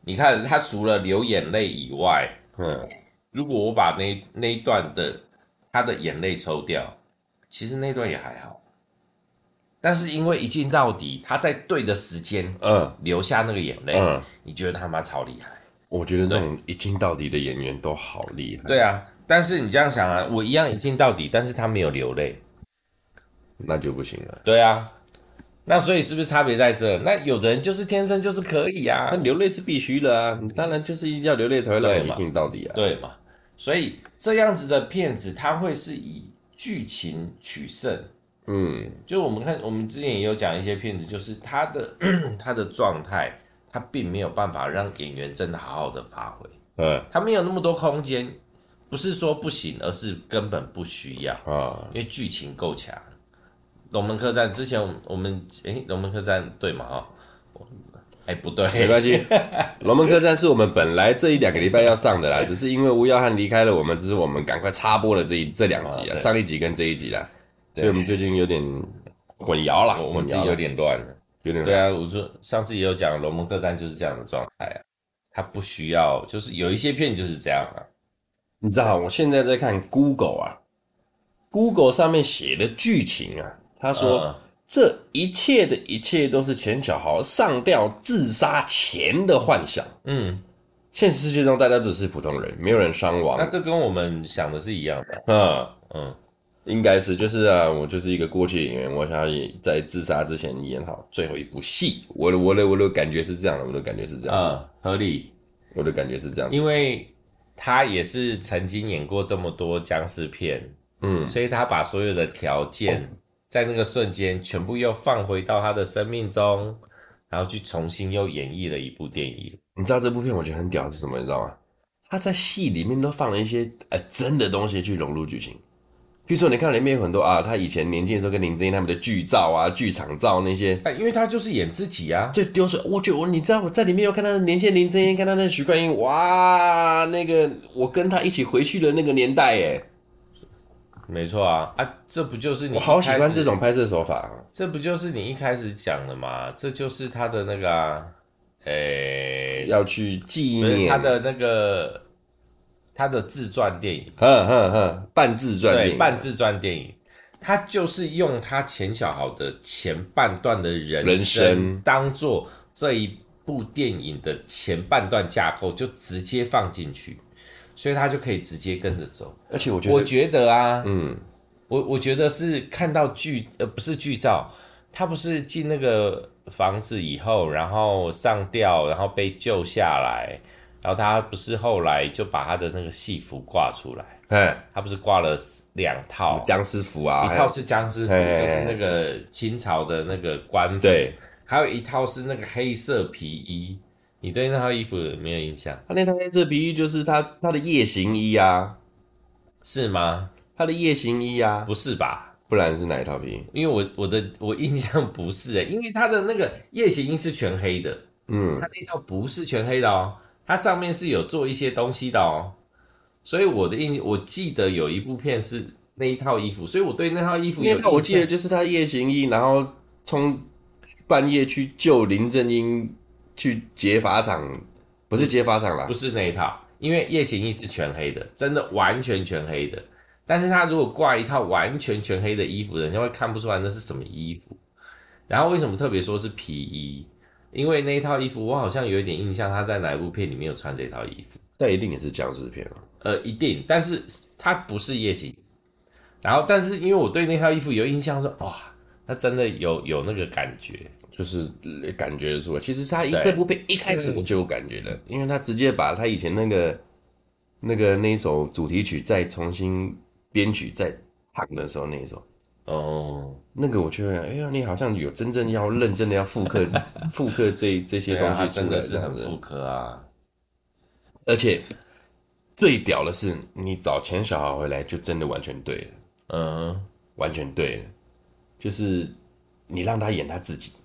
Speaker 2: 你看他除了流眼泪以外，
Speaker 1: 嗯，
Speaker 2: 如果我把那那一段的他的眼泪抽掉，其实那段也还好。但是因为一镜到底，他在对的时间，
Speaker 1: 嗯，
Speaker 2: 流下那个眼泪，
Speaker 1: 嗯，
Speaker 2: 你觉得他妈超厉害。
Speaker 1: 我觉得这种一镜到底的演员都好厉害。
Speaker 2: 对啊，但是你这样想啊，我一样一镜到底，但是他没有流泪，
Speaker 1: 那就不行了。
Speaker 2: 对啊，那所以是不是差别在这？那有的人就是天生就是可以啊，
Speaker 1: 那流泪是必须的啊，你当然就是要流泪才会让你一镜到底啊。
Speaker 2: 对嘛？所以这样子的片子，它会是以剧情取胜。
Speaker 1: 嗯，
Speaker 2: 就我们看，我们之前也有讲一些片子，就是他的他的状态，他并没有办法让演员真的好好的发挥，
Speaker 1: 嗯
Speaker 2: 他没有那么多空间，不是说不行，而是根本不需要，
Speaker 1: 啊，
Speaker 2: 因为剧情够强。龙门客栈之前我们我们诶，龙门客栈对嘛？哈，哎不对，
Speaker 1: 没关系。龙门客栈是我们本来这一两个礼拜要上的啦，只是因为吴耀汉离开了我们，只是我们赶快插播了这一这两集啊，
Speaker 2: 啊
Speaker 1: 上一集跟这一集啦，所以我们最近有点混淆了，
Speaker 2: 我们自己有点乱了。
Speaker 1: 有点
Speaker 2: 对啊，我说上次也有讲，龙门客栈就是这样的状态啊，他不需要，就是有一些片就是这样啊。
Speaker 1: 你知道，我现在在看 Google 啊，Google 上面写的剧情啊，他说、
Speaker 2: 嗯
Speaker 1: 这一切的一切都是钱小豪上吊自杀前的幻想。
Speaker 2: 嗯，
Speaker 1: 现实世界中大家只是普通人，没有人伤亡。
Speaker 2: 那这跟我们想的是一样的。
Speaker 1: 嗯，
Speaker 2: 嗯，
Speaker 1: 应该是就是啊，我就是一个过气演员，我想要在自杀之前演好最后一部戏。我的我的我的感觉是这样的，我的感觉是这样的，
Speaker 2: 嗯，合理，
Speaker 1: 我的感觉是这样的。
Speaker 2: 因为他也是曾经演过这么多僵尸片，
Speaker 1: 嗯，
Speaker 2: 所以他把所有的条件在那个瞬间全部又放回到他的生命中，然后去重新又演绎了一部电影。
Speaker 1: 你知道这部片我觉得很屌是什么？你知道吗？他在戏里面都放了一些呃真的东西去融入剧情。比如说，你看里面有很多啊，他以前年轻的时候跟林正英他们的剧照啊、剧场照那些，
Speaker 2: 哎，因为他就是演自己啊。
Speaker 1: 就丢出来。我就你知道我在里面有看到年轻的林正英，看到那徐冠英，哇，那个我跟他一起回去的那个年代，哎，
Speaker 2: 没错啊，啊，这不就是你
Speaker 1: 我好喜欢
Speaker 2: 一开始
Speaker 1: 这种拍摄手法啊。
Speaker 2: 这不就是你一开始讲的吗？这就是他的那个啊，诶、
Speaker 1: 要去纪
Speaker 2: 不是
Speaker 1: 念
Speaker 2: 他的那个他的自传电影，
Speaker 1: 哼哼哼，半自传电
Speaker 2: 对，
Speaker 1: 影，
Speaker 2: 半自传电影，他就是用他钱小豪的前半段的人
Speaker 1: 人
Speaker 2: 生
Speaker 1: 生
Speaker 2: 当做这一部电影的前半段架构，就直接放进去，所以他就可以直接跟着走。
Speaker 1: 而且我觉得，
Speaker 2: 我觉得啊，
Speaker 1: 嗯，
Speaker 2: 我我觉得是看到剧呃不是剧照，他不是进那个房子以后，然后上吊，然后被救下来，然后他不是后来就把他的那个戏服挂出来，
Speaker 1: 哎，
Speaker 2: 他不是挂了两套，
Speaker 1: 僵尸服啊，
Speaker 2: 一套是僵尸服，
Speaker 1: 嘿嘿嘿
Speaker 2: 就是那个清朝的那个官服，
Speaker 1: 对，
Speaker 2: 还有一套是那个黑色皮衣。你对那套衣服有没有印象？
Speaker 1: 他那套黑色皮衣就是他他的夜行衣啊，
Speaker 2: 是吗？
Speaker 1: 他的夜行衣啊，
Speaker 2: 不是吧？
Speaker 1: 不然是哪一套皮衣？
Speaker 2: 因为我我的我印象不是诶、欸，因为它的那个夜行衣是全黑的，
Speaker 1: 嗯，
Speaker 2: 它那套不是全黑的哦，它上面是有做一些东西的哦，所以我的印我记得有一部片是那一套衣服，所以我对那套衣服有印象。
Speaker 1: 那套我记得就是他夜行衣，然后从半夜去救林正英去劫法场，不是劫法场啦
Speaker 2: 不，是那一套，因为夜行衣是全黑的，真的完全全黑的。但是他如果挂一套完全全黑的衣服，人家会看不出来那是什么衣服。然后为什么特别说是皮衣？因为那一套衣服我好像有一点印象，他在哪一部片里面有穿这套衣服。
Speaker 1: 那一定也是僵尸片啊。
Speaker 2: 呃，一定，但是它不是夜行。然后，但是因为我对那套衣服有印象说，哇，那真的有有那个感觉。
Speaker 1: 就是感觉得出来，其实他一
Speaker 2: 对
Speaker 1: 那部片一开始我就有感觉了，因为他直接把他以前那个那个那一首主题曲再重新编曲再唱的时候那一首，
Speaker 2: 哦，
Speaker 1: 那个我觉得，哎呀，你好像有真正要认真的要复刻复刻这这些东
Speaker 2: 对啊，它
Speaker 1: 西出来，
Speaker 2: 真的是
Speaker 1: 这样子
Speaker 2: 很复刻啊。
Speaker 1: 而且最屌的是，你找钱小豪回来就真的完全对了，
Speaker 2: 嗯
Speaker 1: 完全对了，就是你让他演他自己。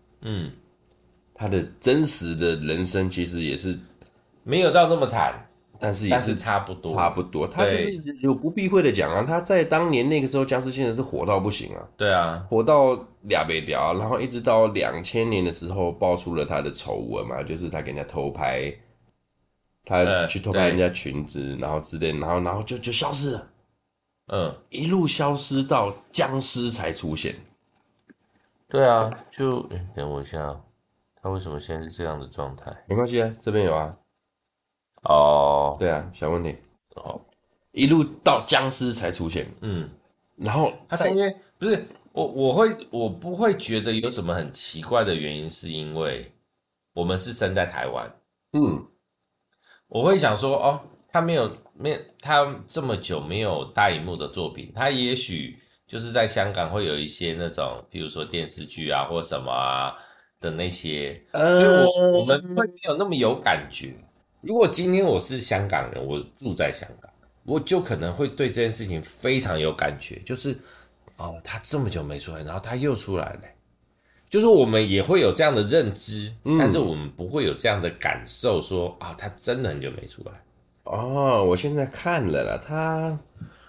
Speaker 2: 嗯，
Speaker 1: 他的真实的人生其实也是
Speaker 2: 没有到那么惨。
Speaker 1: 但是也
Speaker 2: 但是差不多，
Speaker 1: 差不多。他就是有不避讳的讲啊，他在当年那个时候，僵尸先生是火到不行啊，
Speaker 2: 对啊，
Speaker 1: 火到俩北掉，然后一直到两千年的时候爆出了他的丑闻嘛，就是他给人家偷拍，他
Speaker 2: 呃，
Speaker 1: 去偷拍人
Speaker 2: 对，
Speaker 1: 家裙子，然后之类，然后然后就就消失了，
Speaker 2: 嗯，
Speaker 1: 一路消失到僵尸才出现。
Speaker 2: 对啊，就诶等我一下哦，他为什么现在是这样的状态？
Speaker 1: 没关系啊，这边有啊，
Speaker 2: 哦，
Speaker 1: 对啊，小问题，
Speaker 2: 哦，
Speaker 1: 一路到僵尸才出现，
Speaker 2: 嗯，
Speaker 1: 然后在
Speaker 2: 他中间不是我，我会我不会觉得有什么很奇怪的原因，是因为我们是生在台湾，
Speaker 1: 嗯
Speaker 2: 我会想说，哦，他没有没有他这么久没有大荧幕的作品，他也许就是在香港会有一些那种，比如说电视剧啊或什么啊的那些，所以我我们
Speaker 1: 呃
Speaker 2: 会没有那么有感觉。如果今天我是香港人，我住在香港，我就可能会对这件事情非常有感觉，就是哦，他这么久没出来，然后他又出来了。就是我们也会有这样的认知，但是
Speaker 1: 嗯
Speaker 2: 我们不会有这样的感受说，啊，他真的很久没出来。
Speaker 1: 哦，我现在看了啦，他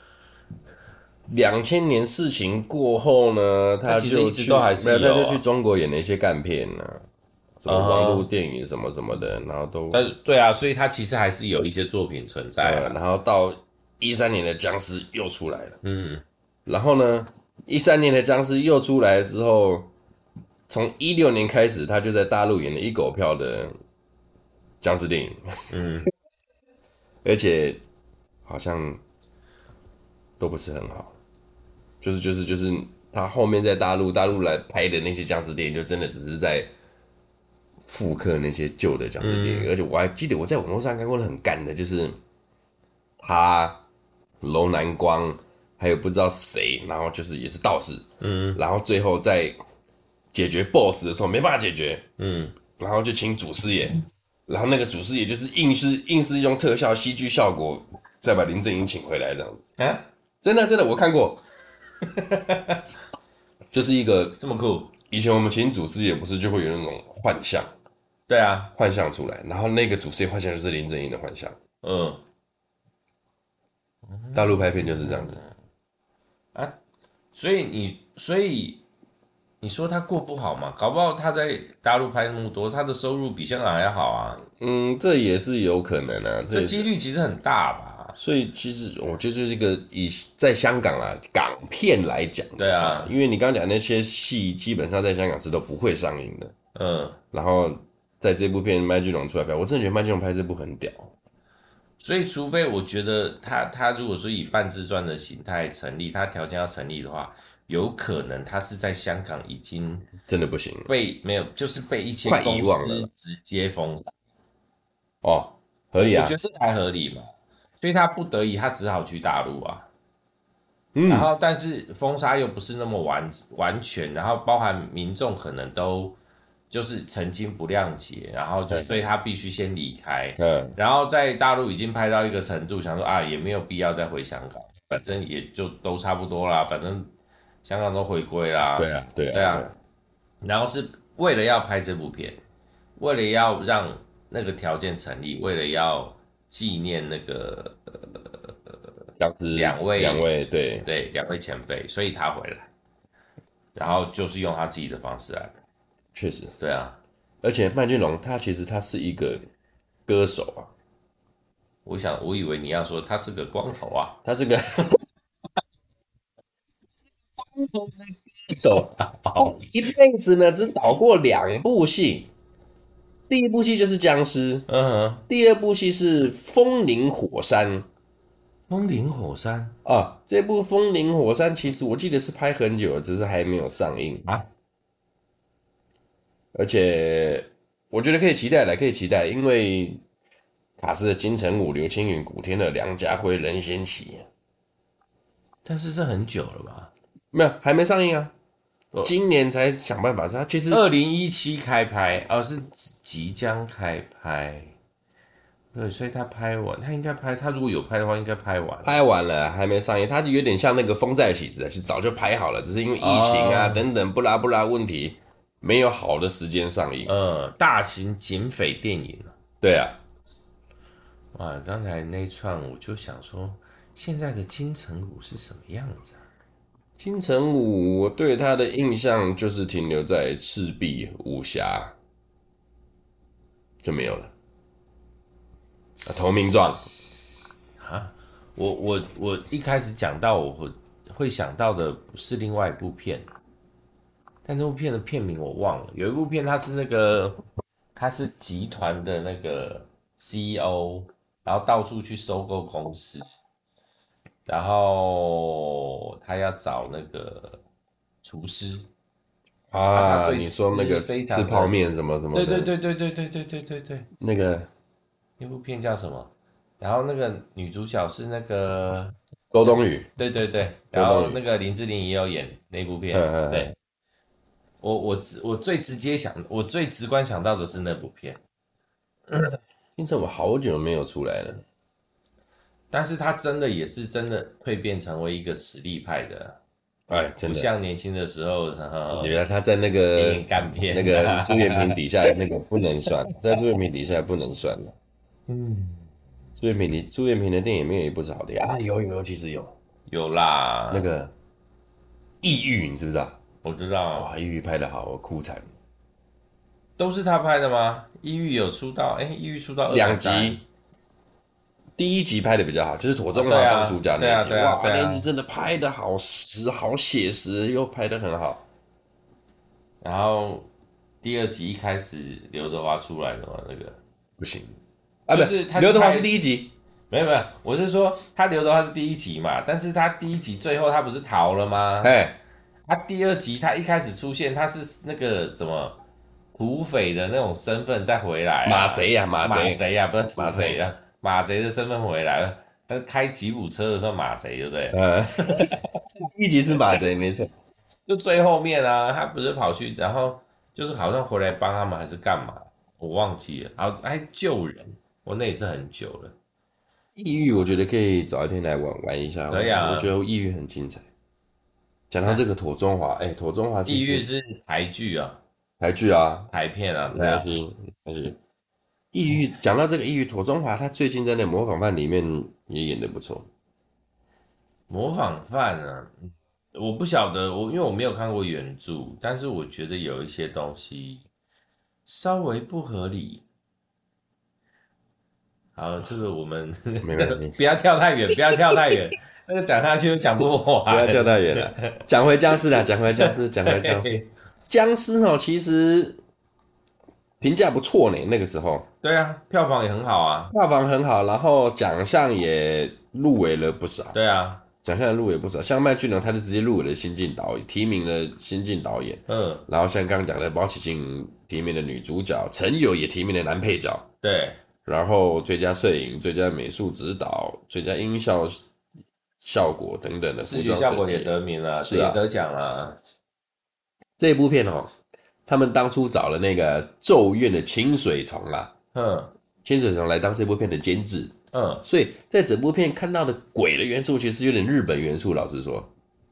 Speaker 1: 两千年事情过后呢，
Speaker 2: 他
Speaker 1: 他就
Speaker 2: 其实一直都
Speaker 1: 去没有，
Speaker 2: 还是
Speaker 1: 他就
Speaker 2: 有啊，
Speaker 1: 去中国演了一些干片呢、什么网络
Speaker 2: 啊、
Speaker 1: 电影什么什么的，然后都
Speaker 2: 但是对啊，所以他其实还是有一些作品存在
Speaker 1: 呃，
Speaker 2: 啊。
Speaker 1: 然后到一三年的僵尸又出来了，
Speaker 2: 嗯，
Speaker 1: 然后呢，一三年的僵尸又出来了之后，从一六年开始，他就在大陆演了一狗票的僵尸电影，
Speaker 2: 嗯，
Speaker 1: 而且好像都不是很好。就是就是就是他后面在大陆大陆来拍的那些僵尸电影，就真的只是在复刻那些旧的僵尸电影，而且我还记得我在网络上看过的很干的，就是他楼南光还有不知道谁，然后就是也是道士，嗯，然后最后在解决 B O S S 的时候没办法解决，嗯，然后就请祖师爷，然后那个祖师爷就是硬是硬是用特效戏剧效果再把林正英请回来这样子，
Speaker 2: 啊，
Speaker 1: 真的真的我看过。就是一个
Speaker 2: 这么酷？
Speaker 1: 以前我们请祖师爷不是就会有那种幻象，
Speaker 2: 对啊，
Speaker 1: 幻象出来，然后那个祖师爷幻象就是林正英的幻象。
Speaker 2: 嗯，
Speaker 1: 大陆拍片就是这样子。
Speaker 2: 啊，所以你所以你说他过不好嘛？搞不好他在大陆拍那么多，他的收入比香港还要好啊，
Speaker 1: 嗯，这也是有可能啊，这
Speaker 2: 这几率其实很大吧？
Speaker 1: 所以其实我觉得就是一个以在香港啊港片来讲，
Speaker 2: 对啊，
Speaker 1: 因为你刚刚讲那些戏基本上在香港是都不会上映的，
Speaker 2: 嗯，
Speaker 1: 然后在这部片麦浚龙出来拍，我真的觉得麦浚龙拍这部很屌。
Speaker 2: 所以，除非我觉得他他如果说以半自传的形态成立，他条件要成立的话，有可能他是在香港已经
Speaker 1: 真的不行，
Speaker 2: 被没有，就是被一些
Speaker 1: 快
Speaker 2: 公司
Speaker 1: 遗忘了
Speaker 2: 直接封杀。
Speaker 1: 哦，合理啊
Speaker 2: 我觉得，这才合理嘛。所以他不得已，他只好去大陆啊。然
Speaker 1: 嗯，
Speaker 2: 后，但是封杀又不是那么完完全，然后包含民众可能都就是曾经不谅解，然后就所以他必须先离开，
Speaker 1: 嗯，
Speaker 2: 然后在大陆已经拍到一个程度，想说啊也没有必要再回香港，反正也就都差不多啦，反正香港都回归啦，
Speaker 1: 对啊，对啊，
Speaker 2: 对啊，然后是为了要拍这部片，为了要让那个条件成立，为了要纪念那个
Speaker 1: 僵尸
Speaker 2: 两位
Speaker 1: 两位对，
Speaker 2: 对两位前辈，所以他回来，然后就是用他自己的方式来拍，
Speaker 1: 确实，
Speaker 2: 对啊，
Speaker 1: 而且麦浚龙他其实他是一个歌手啊，
Speaker 2: 我想我以为你要说他是个光头啊，
Speaker 1: 他是个歌手，
Speaker 2: 好，
Speaker 1: 一辈子呢只导过两部戏，第一部戏就是僵尸，
Speaker 2: 嗯哼，
Speaker 1: 第二部戏是风林火山
Speaker 2: 风林火山
Speaker 1: 啊。这部风林火山其实我记得是拍很久了，只是还没有上映，
Speaker 2: 啊，
Speaker 1: 而且我觉得可以期待了，可以期待，因为卡斯的金城武、刘青云、古天乐、梁家辉、任贤齐，
Speaker 2: 但是这很久了吧？
Speaker 1: 没有还没上映啊，
Speaker 2: 哦
Speaker 1: 今年才想办法。他其实
Speaker 2: 二零一七开拍，哦，是即将开拍。对，所以他拍完，他应该拍，他如果有拍的话，应该拍完。
Speaker 1: 拍完了还没上映，他就有点像那个《风再起时》，其实早就拍好了，只是因为疫情啊、
Speaker 2: 哦
Speaker 1: 等等不拉不拉问题，没有好的时间上映。
Speaker 2: 嗯，大型警匪电影。
Speaker 1: 对啊，
Speaker 2: 哇，刚才那一串我就想说，现在的金城武是什么样子啊？
Speaker 1: 金城武，我对他的印象就是停留在赤壁武侠就没有了。啊，投名状
Speaker 2: 啊，我我我一开始讲到我会会想到的不是另外一部片，但这部片的片名我忘了。有一部片，它是那个他是集团的那个 C E O，然后到处去收购公司，然后他要找那个厨师，啊，他
Speaker 1: 啊，
Speaker 2: 对
Speaker 1: 你说那个
Speaker 2: 吃非
Speaker 1: 吃
Speaker 2: 常的，
Speaker 1: 泡面什么什么
Speaker 2: 对对
Speaker 1: 的，
Speaker 2: 对对对对对对对对，
Speaker 1: 那个
Speaker 2: 那部片叫什么？然后那个女主角是那个叫，
Speaker 1: 周冬雨，
Speaker 2: 对对对，然后那
Speaker 1: 周冬雨，
Speaker 2: 个林志玲也有演那部
Speaker 1: 嗯
Speaker 2: 片，对，
Speaker 1: 嗯嗯，
Speaker 2: 我我直我最直接想，我最直观想到的是那部片，
Speaker 1: 金城武好久没有出来了，
Speaker 2: 但是他真的也是真的蜕变成为一个实力派的，
Speaker 1: 哎，真
Speaker 2: 不
Speaker 1: 的，
Speaker 2: 像年轻的时候，呃，
Speaker 1: 原来他在那个
Speaker 2: 演演干片，
Speaker 1: 那个朱元平底下那个不能算，在朱元平底下不能算了。
Speaker 2: 嗯，
Speaker 1: 朱元平，你朱元平的电影没有一部是好的啊？有有有，其实有
Speaker 2: 有啦，
Speaker 1: 那个《异域》，你知不知道？
Speaker 2: 我知道啊，
Speaker 1: 哇，《异域》拍的好，我哭惨。
Speaker 2: 都是他拍的吗？抑郁有出道，哎，抑郁出道二
Speaker 1: 两
Speaker 2: 百三，
Speaker 1: 集，第一集拍的比较好，就是妥中
Speaker 2: 对啊，
Speaker 1: 华当主角
Speaker 2: 对啊，
Speaker 1: 那一集，
Speaker 2: 对啊，
Speaker 1: 哇，
Speaker 2: 对啊。
Speaker 1: 那一集真的拍的好实，好写实，又拍的很好。
Speaker 2: 然后第二集一开始刘德华出来的嘛，那个
Speaker 1: 不行啊，不
Speaker 2: 就是他
Speaker 1: 刘德华
Speaker 2: 开
Speaker 1: 是第一集，
Speaker 2: 没有没有，我是说他刘德华是第一集嘛，但是他第一集最后他不是逃了吗？
Speaker 1: 哎，
Speaker 2: 他第二集他一开始出现，他是那个怎么土匪的那种身份再回来啊，
Speaker 1: 马贼呀，马贼，
Speaker 2: 马贼啊，不是土
Speaker 1: 马贼，
Speaker 2: 匪啊，马贼的身份回来了。他是开吉普车的时候马贼，对不对？
Speaker 1: 呃，第一集是马贼，没错。
Speaker 2: 就最后面啊，他不是跑去，然后就是好像回来帮他们还是干嘛，我忘记了，然后还救人，我那也是很久了。
Speaker 1: 异域我觉得可以早一天来玩玩一下，
Speaker 2: 可以啊
Speaker 1: 我觉得异域很精彩。讲到这个妥中华，哎，妥中华其实
Speaker 2: 地狱是台剧啊，
Speaker 1: 台剧啊，
Speaker 2: 台片啊，
Speaker 1: 没
Speaker 2: 对啊
Speaker 1: 关，系，但是异域讲到这个异域，妥中华他最近在那模仿犯里面也演的不错。
Speaker 2: 模仿犯啊，我不晓得，我因为我没有看过原著，但是我觉得有一些东西稍微不合理。好了，这个我们
Speaker 1: 没关系
Speaker 2: 不要跳太远，不要跳太远，那个讲下去就讲不完。
Speaker 1: 不要跳太远了，讲回僵尸啦，讲回僵尸，讲回僵尸。僵尸哦，其实评价不错呢，那个时候
Speaker 2: 对啊，票房也很好啊。
Speaker 1: 票房很好，然后奖项也入围了不少，
Speaker 2: 对啊，
Speaker 1: 奖项也入围不少。像麦浚龙，他就直接入围了新晋导演，提名了新晋导演。
Speaker 2: 嗯，
Speaker 1: 然后像刚刚讲的包启庆提名的女主角，陈友也提名了男配角。
Speaker 2: 对，
Speaker 1: 然后最佳摄影、最佳美术指导、最佳音效效果等等的
Speaker 2: 视觉效果也得名了，
Speaker 1: 是啊
Speaker 2: 也得奖了。
Speaker 1: 这部片哦，他们当初找了那个《咒怨》的清水虫啦，
Speaker 2: 嗯
Speaker 1: 清水虫来当这部片的监制，
Speaker 2: 嗯，
Speaker 1: 所以在整部片看到的鬼的元素其实有点日本元素。老实说，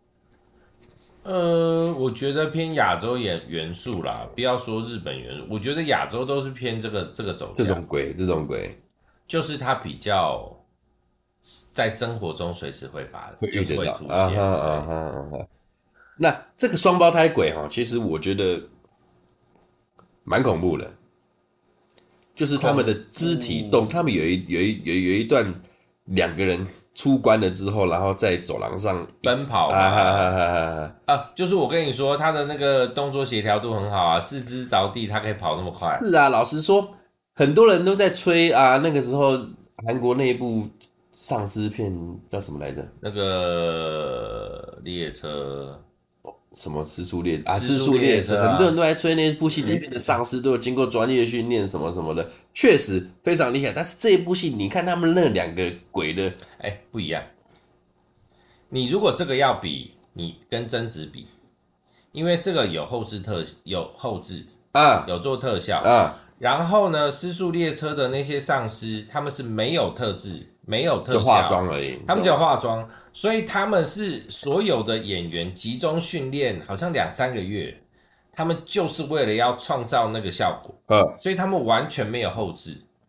Speaker 2: 呃，我觉得偏亚洲元元素啦，不要说日本元素，我觉得亚洲都是偏这个这个走
Speaker 1: 这
Speaker 2: 向，
Speaker 1: 种鬼，这种鬼
Speaker 2: 就是它比较在生活中随时会发
Speaker 1: 会
Speaker 2: 生，就是
Speaker 1: 遇得到
Speaker 2: 会突变。
Speaker 1: 啊哈啊哈啊哈。那这个双胞胎鬼哈，其实我觉得蛮恐怖的。就是他们的肢体动，他们有一有一有一有一段两个人出关了之后，然后在走廊上
Speaker 2: 奔跑嘛
Speaker 1: 啊哈哈哈哈！
Speaker 2: 啊，就是我跟你说，他的那个动作协调度很好啊，四肢着地，他可以跑那么快。
Speaker 1: 是啊，老实说，很多人都在吹啊，那个时候韩国那一部丧尸片叫什么来着？
Speaker 2: 那个列车，
Speaker 1: 什么失速列啊？
Speaker 2: 失速
Speaker 1: 失速列车，
Speaker 2: 列车啊
Speaker 1: 很多人都在吹那部戏里面的丧尸都有经过专业训练，什么什么的，确实非常厉害。但是这一部戏，你看他们那两个鬼的，
Speaker 2: 哎，不一样。你如果这个要比，你跟贞子比，因为这个有后置特有后置
Speaker 1: 啊
Speaker 2: 有做特效，
Speaker 1: 啊，
Speaker 2: 然后呢，失速列车的那些丧尸，他们是没有特质，没有特效，
Speaker 1: 就化妆而已。
Speaker 2: 他们只有化妆，所以他们是所有的演员集中训练，好像两三个月，他们就是为了要创造那个效果，
Speaker 1: 呃，
Speaker 2: 所以他们完全没有后置。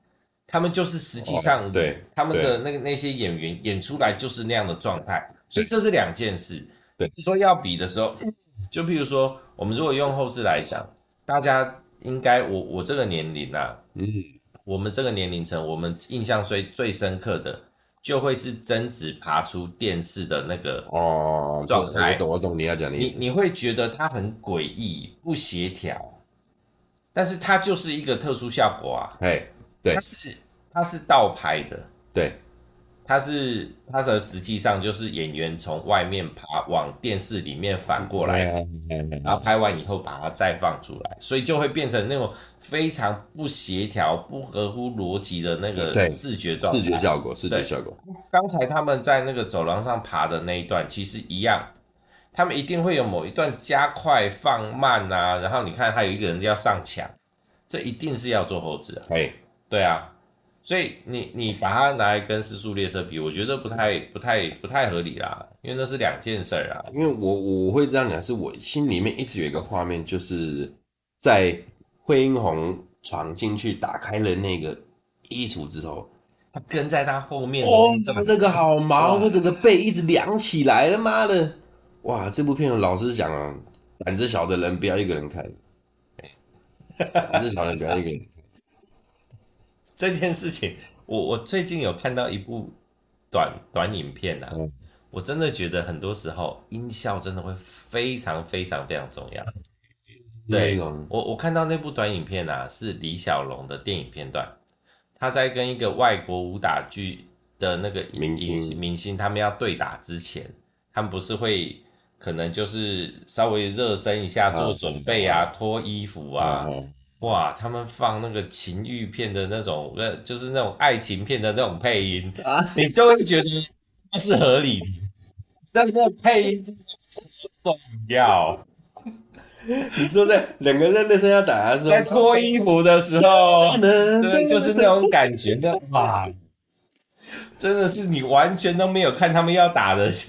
Speaker 2: 他们就是实际上、
Speaker 1: 哦、对
Speaker 2: 他们的那个那些演员演出来就是那样的状态，所以这是两件事。
Speaker 1: 对，
Speaker 2: 说要比的时候，就譬如说，我们如果用后世来讲，大家应该我我这个年龄啊，嗯，我们这个年龄层，我们印象最最深刻的，就会是贞子爬出电视的那个
Speaker 1: 哦
Speaker 2: 状态。
Speaker 1: 我懂我懂你要讲的意思，
Speaker 2: 你你会觉得它很诡异、不协调。但是它就是一个特殊效果啊，
Speaker 1: 哎，对，
Speaker 2: 它是它是倒拍的，
Speaker 1: 对，
Speaker 2: 它是它的实际上就是演员从外面爬往电视里面反过来，然后拍完以后把它再放出来，所以就会变成那种非常不协调、不合乎逻辑的那个视觉状态，
Speaker 1: 视觉效果，视觉效果。
Speaker 2: 刚才他们在那个走廊上爬的那一段，其实一样。他们一定会有某一段加快放慢啊，然后你看还有一个人要上墙，这一定是要做后置啊。
Speaker 1: 哎，
Speaker 2: 对啊，所以你你把它拿来跟《失速列车》比，我觉得不太不太不太合理啦，因为那是两件事啊。
Speaker 1: 因为我我会这样讲，是我心里面一直有一个画面，就是在惠英红闯进去打开了那个衣橱之后，
Speaker 2: 他跟在他后面，
Speaker 1: 哦，那个好毛，我整个背一直凉起来了，妈的！哇，这部片老实讲啊，胆子小的人不要一个人看，胆子小的人不要一个人看。
Speaker 2: 这件事情，我我最近有看到一部短短影片啊，嗯、我真的觉得很多时候音效真的会非常非常非常重要。对，我我看到那部短影片啊，是李小龙的电影片段，他在跟一个外国武打剧的那个
Speaker 1: 明星
Speaker 2: 明星他们要对打之前，他们不是会。可能就是稍微热身一下，做准备啊，脱衣服啊，哇，他们放那个情欲片的那种，呃，就是那种爱情片的那种配音，啊、你就会觉得它是合理的。但是那配音真的超重要。
Speaker 1: 你说在两个人热身要打的时候，
Speaker 2: 在脱衣服的时候，对，就是那种感觉的，哇，真的是你完全都没有看他们要打的。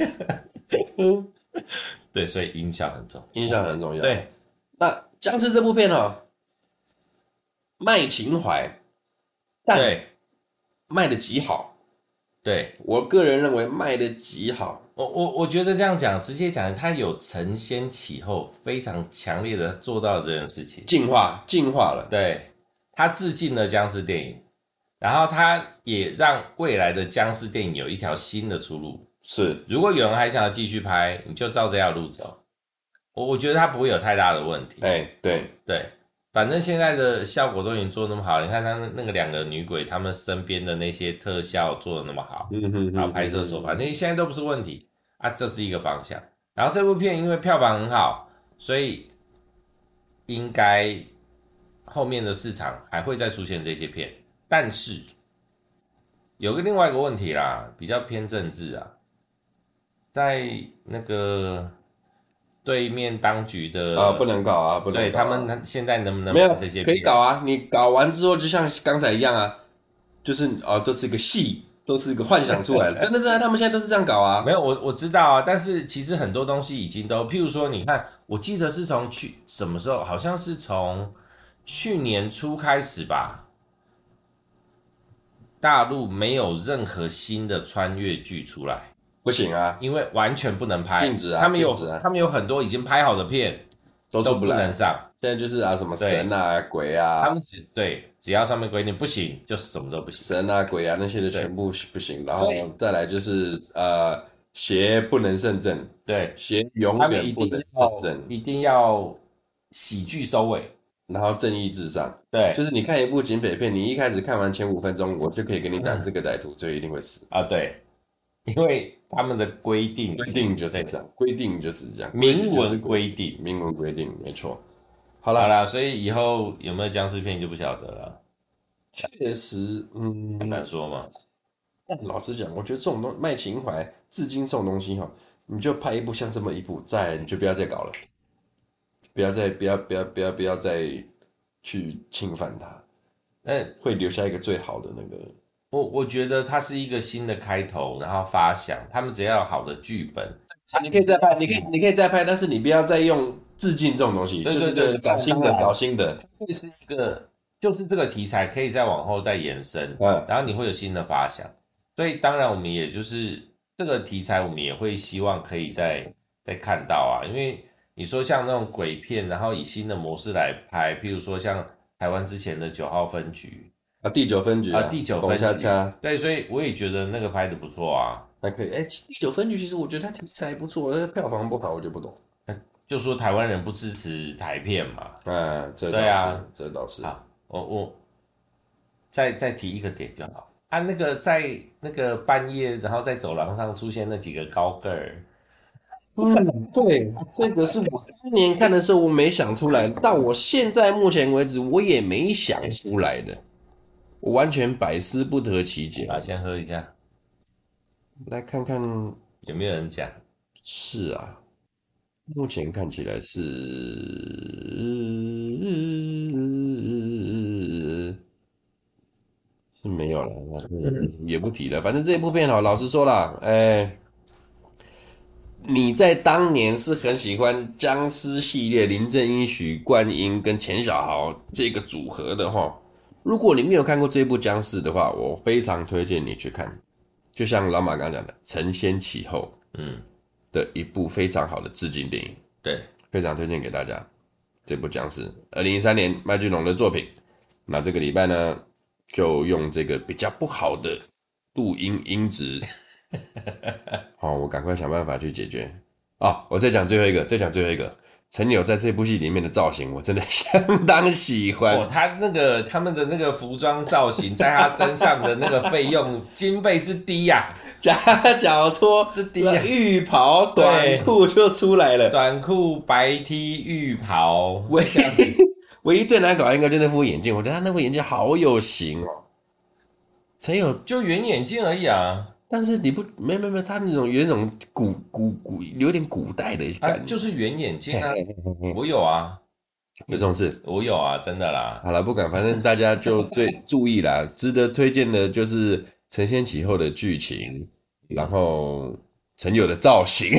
Speaker 2: 对，所以音效很重要，
Speaker 1: 音效很重要。
Speaker 2: 对，
Speaker 1: 那僵尸这部片哦，卖情怀，
Speaker 2: 对，
Speaker 1: 卖的极好。
Speaker 2: 对，
Speaker 1: 我个人认为卖的极好。
Speaker 2: 我我我觉得这样讲，直接讲，它有承先启后，非常强烈的做到这件事情，
Speaker 1: 进化，进化了。
Speaker 2: 对，它致敬了僵尸电影，然后它也让未来的僵尸电影有一条新的出路。
Speaker 1: 是，
Speaker 2: 如果有人还想要继续拍，你就照这条路走。我我觉得它不会有太大的问题。
Speaker 1: 哎，对
Speaker 2: 对，反正现在的效果都已经做得那么好，你看他那个两个女鬼，他们身边的那些特效做得那么好，嗯哼，然后拍摄手法，那现在都不是问题啊，这是一个方向。然后这部片因为票房很好，所以应该后面的市场还会再出现这些片，但是有个另外一个问题啦，比较偏政治啊。在那个对面当局的
Speaker 1: 啊，不能搞啊，不能搞、啊。
Speaker 2: 对他们现在能不能
Speaker 1: 没有
Speaker 2: 这些
Speaker 1: 可以搞啊？你搞完之后，就像刚才一样啊，就是哦，这是一个戏，都是一个幻想出来的。真的是他们现在都是这样搞啊。
Speaker 2: 没有，我我知道啊，但是其实很多东西已经都，譬如说，你看，我记得是从去什么时候，好像是从去年初开始吧，大陆没有任何新的穿越剧出来。
Speaker 1: 不行啊，
Speaker 2: 因为完全不能拍，
Speaker 1: 禁止啊！
Speaker 2: 他们有、
Speaker 1: 啊、
Speaker 2: 他们有很多已经拍好的片，
Speaker 1: 都
Speaker 2: 不能上。
Speaker 1: 现在就是啊，什么神啊、鬼啊，
Speaker 2: 他们只对只要上面规定不行，就什么都不行。
Speaker 1: 神啊、鬼啊那些的全部不行，然后再来就是呃，邪不能胜正，
Speaker 2: 对，
Speaker 1: 邪永远不能胜正，
Speaker 2: 一定要喜剧收尾，
Speaker 1: 然后正义至上。
Speaker 2: 对，
Speaker 1: 就是你看一部警匪片，你一开始看完前五分钟，我就可以跟你讲，这个歹徒最后一定会死
Speaker 2: 啊，对。因为他们的规定，
Speaker 1: 规定就是这样，规定就是这样，
Speaker 2: 明文规定，
Speaker 1: 明文规定，没错。好了，
Speaker 2: 好啦，所以以后有没有僵尸片就不晓得了。
Speaker 1: 确实，嗯，
Speaker 2: 很难说嘛。
Speaker 1: 但老实讲，我觉得这种东卖情怀、至今这种东西哈，你就拍一部像这么一部，再你就不要再搞了，不要再不要不要不要不要再去侵犯它，
Speaker 2: 嗯，
Speaker 1: 会留下一个最好的那个。
Speaker 2: 我我觉得它是一个新的开头，然后发想，他们只要有好的剧本，
Speaker 1: 你可以再拍，你可以你可以再拍，但是你不要再用致敬这种东西，
Speaker 2: 对对对，
Speaker 1: 就是搞新的搞新的，
Speaker 2: 会是一个就是这个题材可以再往后再延伸，
Speaker 1: 嗯，
Speaker 2: 然后你会有新的发想。所以当然我们也就是这个题材，我们也会希望可以再再看到啊，因为你说像那种鬼片，然后以新的模式来拍，譬如说像台湾之前的九号分局
Speaker 1: 啊，第九分局
Speaker 2: 啊，
Speaker 1: 啊，
Speaker 2: 第九
Speaker 1: 龚
Speaker 2: 分局，
Speaker 1: 恰恰
Speaker 2: 对，所以我也觉得那个拍的不错啊。
Speaker 1: 还可以。哎，第九分局其实我觉得它题材不错，但是票房不好，我就不懂。
Speaker 2: 就说台湾人不支持台片嘛，
Speaker 1: 啊，这倒是，
Speaker 2: 对啊。
Speaker 1: 这倒是。
Speaker 2: 好，我我再再提一个点就好。啊，那个在那个半夜，然后在走廊上出现那几个高个儿，
Speaker 1: 嗯，对，这个是我当年看的时候我没想出来，但我现在目前为止我也没想出来的，我完全百思不得其解。
Speaker 2: 啊，先喝一下，
Speaker 1: 来看看，
Speaker 2: 有没有人讲？
Speaker 1: 是啊，目前看起来是是没有了，那是也不提了。反正这一部片哦，老实说啦，哎，你在当年是很喜欢僵尸系列，林正英、许冠英跟钱小豪这个组合的话，如果你没有看过这部僵尸的话，我非常推荐你去看。就像老马刚刚讲的，承先启后
Speaker 2: 嗯，
Speaker 1: 的一部非常好的致敬电影，
Speaker 2: 对，
Speaker 1: 非常推荐给大家。这部僵尸，二零一三年麦浚龙的作品。那这个礼拜呢，就用这个比较不好的录音音质，好、我赶快想办法去解决。啊，我再讲最后一个，再讲最后一个。陈友在这部戏里面的造型，我真的相当喜欢。
Speaker 2: 哦，他那个他们的那个服装造型，在他身上的那个费用经费之低呀、
Speaker 1: 夹脚拖
Speaker 2: 之低呀、
Speaker 1: 浴袍、短
Speaker 2: 对，
Speaker 1: 裤就出来了。
Speaker 2: 短裤、白 T、浴袍，
Speaker 1: 唯
Speaker 2: 这样子
Speaker 1: 唯一最难搞应该就那副眼镜，我觉得他那副眼镜好有型哦。陈友，
Speaker 2: 就圆眼镜而已啊，
Speaker 1: 但是你不没没没，他那种有那种古古古有点古代的
Speaker 2: 啊，
Speaker 1: 感觉。
Speaker 2: 就是圆眼镜啊，
Speaker 1: 嘿嘿嘿嘿嘿
Speaker 2: 我有啊，
Speaker 1: 有这种事。
Speaker 2: 我有啊，真的啦，
Speaker 1: 好了，不管，反正大家就最注意啦。值得推荐的就是承先启后的剧情，然后陈友的造型，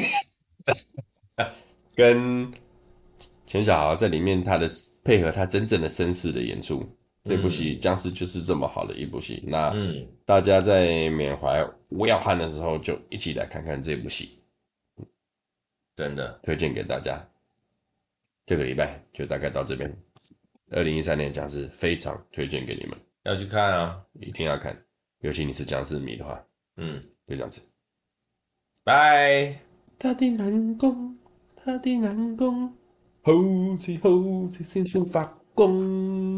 Speaker 1: 跟钱小豪在里面他的配合他真正的绅士的演出。这部戏
Speaker 2: 嗯
Speaker 1: 僵尸就是这么好的一部戏。那
Speaker 2: 嗯，
Speaker 1: 大家在缅怀吴耀汉的时候，就一起来看看这部戏，
Speaker 2: 真的，
Speaker 1: 推荐给大家。这个礼拜就大概到这边。二零一三年僵尸非常推荐给你们。
Speaker 2: 要去看啊，
Speaker 1: 一定要看，尤其你是僵尸迷的话，
Speaker 2: 嗯，
Speaker 1: 就这样子。
Speaker 2: 拜。
Speaker 1: 他的南宫，他的南宫，好似好似星星發光。